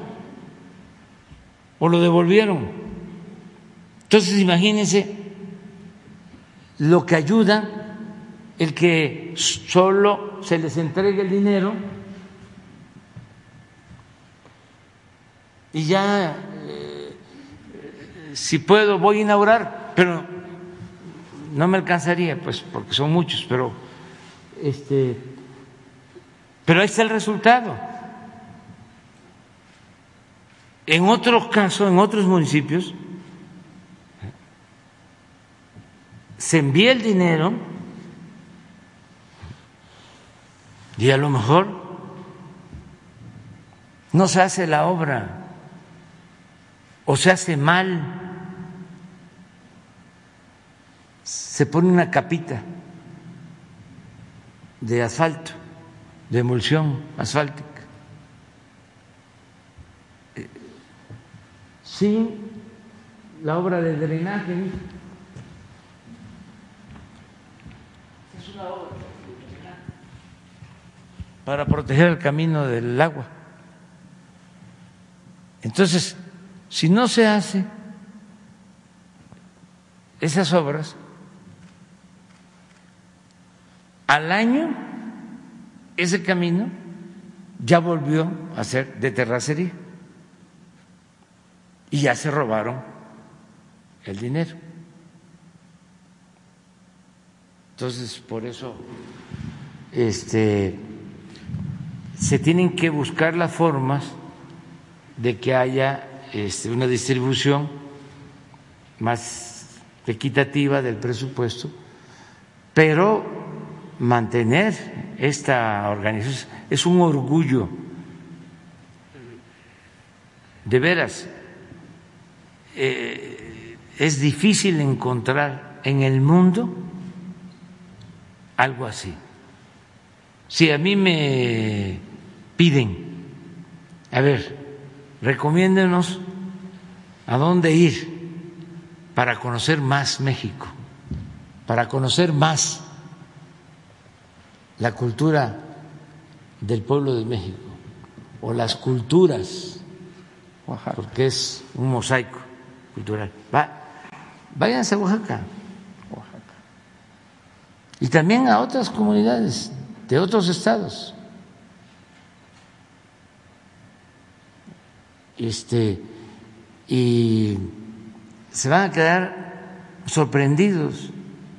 o lo devolvieron. Entonces imagínense lo que ayuda el que solo se les entregue el dinero y ya eh, si puedo voy a inaugurar, pero no me alcanzaría, pues porque son muchos, pero este pero ahí está el resultado. En otros casos, en otros municipios, se envía el dinero y a lo mejor no se hace la obra o se hace mal, se pone una capita de asfalto, de emulsión asfáltica, sin la obra de drenaje. Es una obra para proteger el camino del agua. Entonces, si no se hace esas obras, al año ese camino ya volvió a ser de terracería y ya se robaron el dinero. Entonces, por eso este, se tienen que buscar las formas de que haya este, una distribución más equitativa del presupuesto, pero mantener esta organización es un orgullo, de veras. Eh, es difícil encontrar en el mundo algo así. Si a mí me piden, a ver, recomiéndenos a dónde ir para conocer más México, para conocer más la cultura del pueblo de México o las culturas, porque es un mosaico cultural. Va, váyanse a Oaxaca. Oaxaca. Y también a otras comunidades de otros estados. Este, y se van a quedar sorprendidos.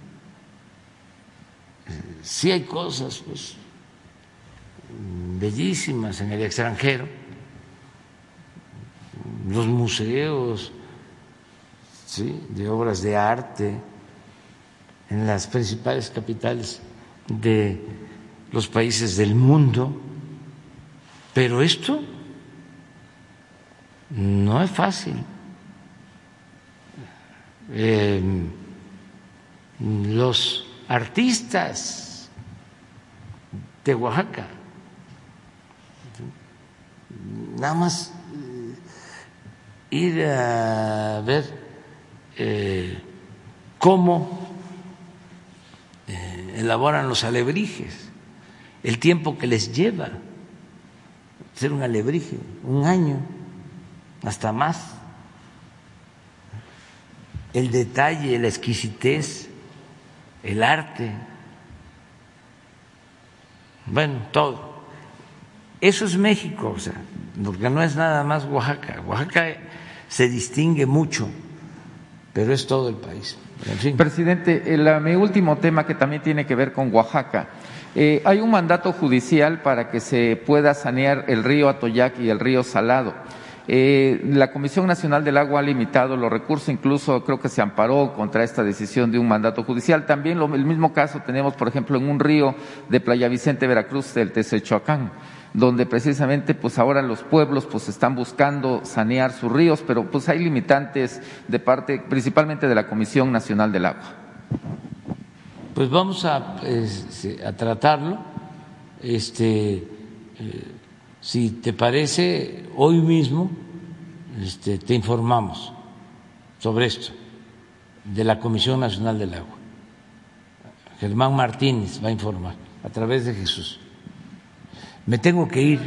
Sí hay cosas pues bellísimas en el extranjero, los museos, ¿sí?, de obras de arte en las principales capitales de los países del mundo, pero esto no es fácil. Eh, los artistas de Oaxaca, nada más ir a ver eh, cómo eh, elaboran los alebrijes, el tiempo que les lleva. ser un alebrije, un año, hasta más. El detalle, la exquisitez, el arte, bueno, todo. Eso es México, o sea, porque no es nada más Oaxaca. Oaxaca se distingue mucho, pero es todo el país. En fin. Presidente, el, mi último tema que también tiene que ver con Oaxaca. Eh, hay un mandato judicial para que se pueda sanear el río Atoyac y el río Salado. Eh, la Comisión Nacional del Agua ha limitado los recursos, incluso creo que se amparó contra esta decisión de un mandato judicial. También lo, el mismo caso tenemos, por ejemplo, en un río de Playa Vicente, Veracruz, el Tezechoacán, donde precisamente pues ahora los pueblos pues están buscando sanear sus ríos, pero pues hay limitantes de parte principalmente de la Comisión Nacional del Agua. Pues vamos a, este, a tratarlo. Este, eh, si te parece, hoy mismo este, te informamos sobre esto de la Comisión Nacional del Agua. Germán Martínez va a informar a través de Jesús. Me tengo que ir.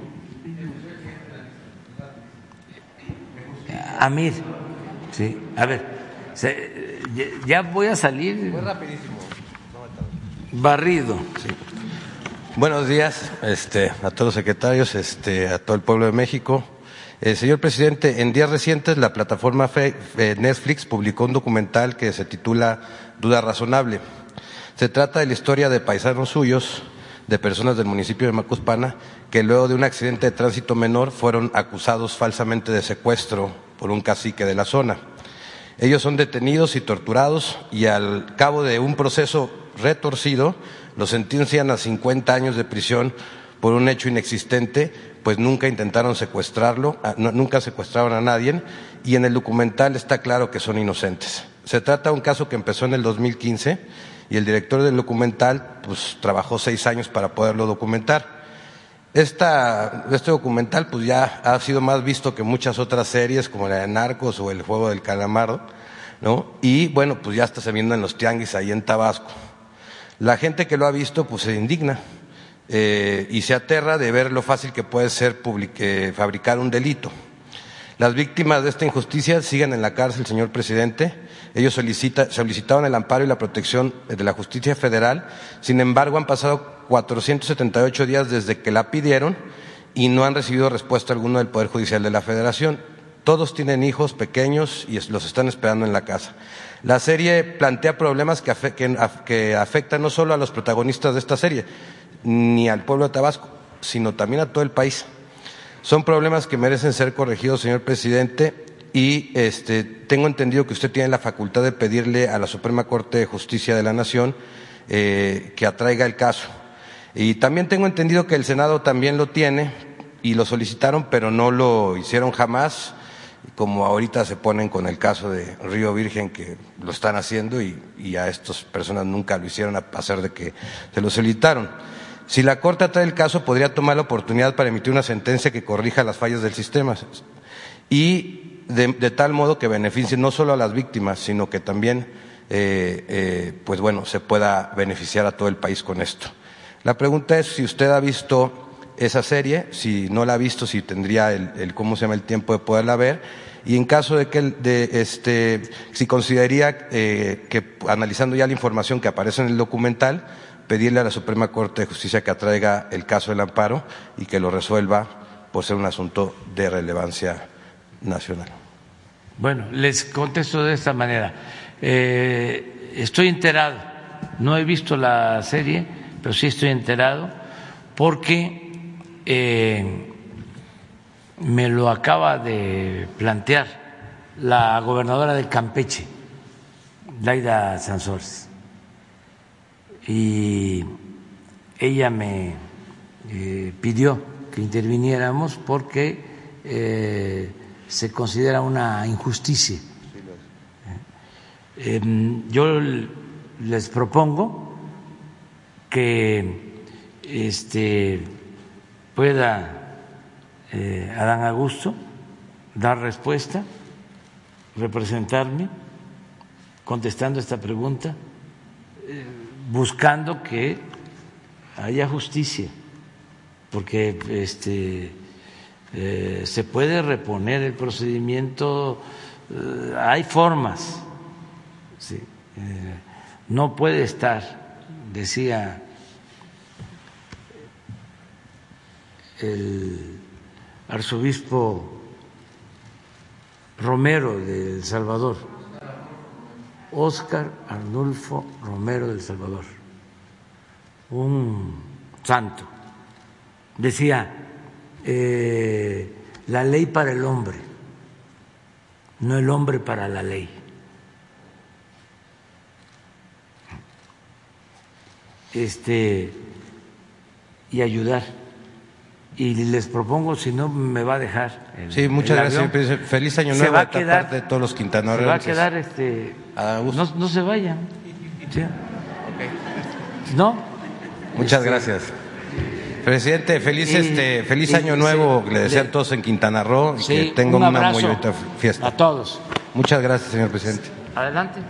Amir, sí, a ver, se, ya voy a salir. Muy rapidísimo. Barrido. Sí. Buenos días este, a todos los secretarios, este, a todo el pueblo de México. Eh, señor presidente, en días recientes la plataforma Netflix publicó un documental que se titula Duda Razonable. Se trata de la historia de paisanos suyos, de personas del municipio de Macuspana, que luego de un accidente de tránsito menor fueron acusados falsamente de secuestro por un cacique de la zona. Ellos son detenidos y torturados y al cabo de un proceso retorcido los sentencian a cincuenta años de prisión por un hecho inexistente, pues nunca intentaron secuestrarlo, nunca secuestraron a nadie y en el documental está claro que son inocentes. Se trata de un caso que empezó en el dos mil quince y el director del documental pues trabajó seis años para poderlo documentar. Esta, este documental pues ya ha sido más visto que muchas otras series como la de Narcos o El Juego del Calamar, ¿no? Y bueno, pues ya hasta se viendo en los tianguis ahí en Tabasco. La gente que lo ha visto pues se indigna eh, y se aterra de ver lo fácil que puede ser publique, fabricar un delito. Las víctimas de esta injusticia siguen en la cárcel, señor presidente. Ellos solicita, solicitaron el amparo y la protección de la justicia federal. Sin embargo, han pasado cuatrocientos setenta y ocho días desde que la pidieron y no han recibido respuesta alguna del Poder Judicial de la Federación. Todos tienen hijos pequeños y los están esperando en la casa. La serie plantea problemas que, afe que, que afectan no solo a los protagonistas de esta serie, ni al pueblo de Tabasco, sino también a todo el país. Son problemas que merecen ser corregidos, señor presidente, y este, tengo entendido que usted tiene la facultad de pedirle a la Suprema Corte de Justicia de la Nación eh, que atraiga el caso. Y también tengo entendido que el Senado también lo tiene y lo solicitaron, pero no lo hicieron jamás, como ahorita se ponen con el caso de Río Virgen, que lo están haciendo y, y a estas personas nunca lo hicieron a pesar de que se lo solicitaron. Si la Corte atrae el caso, podría tomar la oportunidad para emitir una sentencia que corrija las fallas del sistema y de, de tal modo que beneficie no solo a las víctimas, sino que también, eh, eh, pues bueno, se pueda beneficiar a todo el país con esto. La pregunta es si usted ha visto esa serie, si no la ha visto, si tendría el, el cómo se llama el tiempo de poderla ver, y en caso de que de este, si consideraría eh, que analizando ya la información que aparece en el documental, pedirle a la Suprema Corte de Justicia que atraiga el caso del amparo y que lo resuelva por ser un asunto de relevancia nacional. Bueno, les contesto de esta manera. Eh, estoy enterado, no he visto la serie, pero sí estoy enterado porque eh, me lo acaba de plantear la gobernadora de Campeche, Laida Sansores. Y ella me eh, pidió que interviniéramos porque eh, se considera una injusticia. Eh, yo les propongo que este, pueda eh, Adán Augusto dar respuesta, representarme, contestando esta pregunta. Eh, buscando que haya justicia porque este, eh, se puede reponer el procedimiento, eh, hay formas, sí, eh, no puede estar, decía el arzobispo Romero de El Salvador, Óscar Arnulfo Romero de El Salvador, un santo, decía, eh, la ley para el hombre, no el hombre para la ley. Este, y ayudar. Y les propongo, si no me va a dejar. El, sí, muchas el gracias, avión, señor. Feliz año nuevo a quedar, de todos los quintanarroenses. Se va a quedar, este, no, no se vayan. ¿Sí? Okay. ¿No? Muchas este, gracias. Presidente, feliz, y, este, feliz y, año nuevo, sí, le desean a todos en Quintana Roo y sí, que tengan un una muy bonita fiesta. A todos. Muchas gracias, señor presidente. Adelante.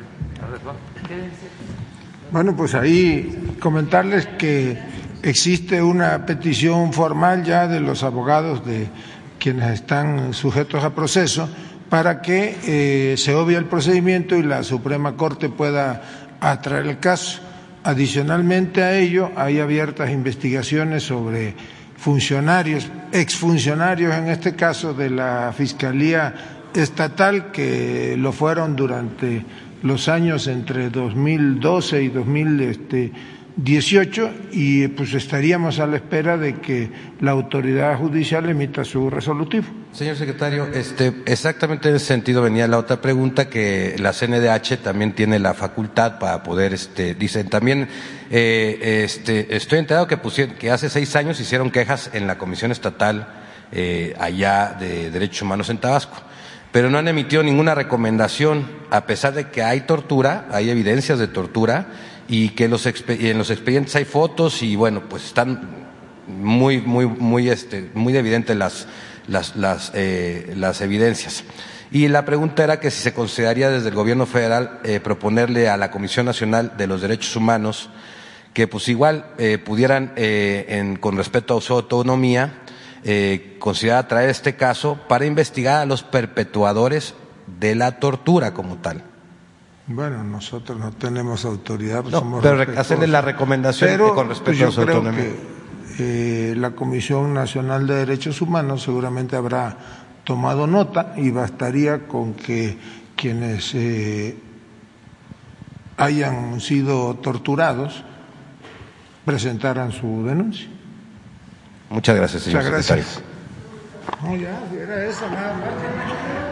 Bueno, pues ahí comentarles que existe una petición formal ya de los abogados de quienes están sujetos a proceso para que eh, se obvie el procedimiento y la Suprema Corte pueda atraer el caso. Adicionalmente a ello, hay abiertas investigaciones sobre funcionarios, exfuncionarios en este caso de la Fiscalía Estatal, que lo fueron durante los años entre dos mil doce y dos mil dieciocho, y pues estaríamos a la espera de que la autoridad judicial emita su resolutivo. Señor secretario, este, exactamente en ese sentido venía la otra pregunta, que la C N D H también tiene la facultad para poder, este, dicen también, eh, este, estoy enterado que pusieron, que hace seis años hicieron quejas en la Comisión Estatal eh, allá de Derechos Humanos en Tabasco, pero no han emitido ninguna recomendación, a pesar de que hay tortura, hay evidencias de tortura, y que los en los expedientes hay fotos y bueno, pues están muy muy muy este muy evidentes las las las eh, las evidencias. Y la pregunta era que si se consideraría desde el gobierno federal eh, proponerle a la Comisión Nacional de los Derechos Humanos que pues igual eh, pudieran eh, en, con respeto a su autonomía eh, considerar traer este caso para investigar a los perpetuadores de la tortura como tal. Bueno, nosotros no tenemos autoridad, pues no, somos pero hacerle la recomendación pero, con respecto pues yo a su creo autonomía. Que, eh, la Comisión Nacional de Derechos Humanos seguramente habrá tomado nota y bastaría con que quienes eh, hayan sido torturados presentaran su denuncia. Muchas gracias, señor Muchas gracias. secretario. No, ya, era eso nada más.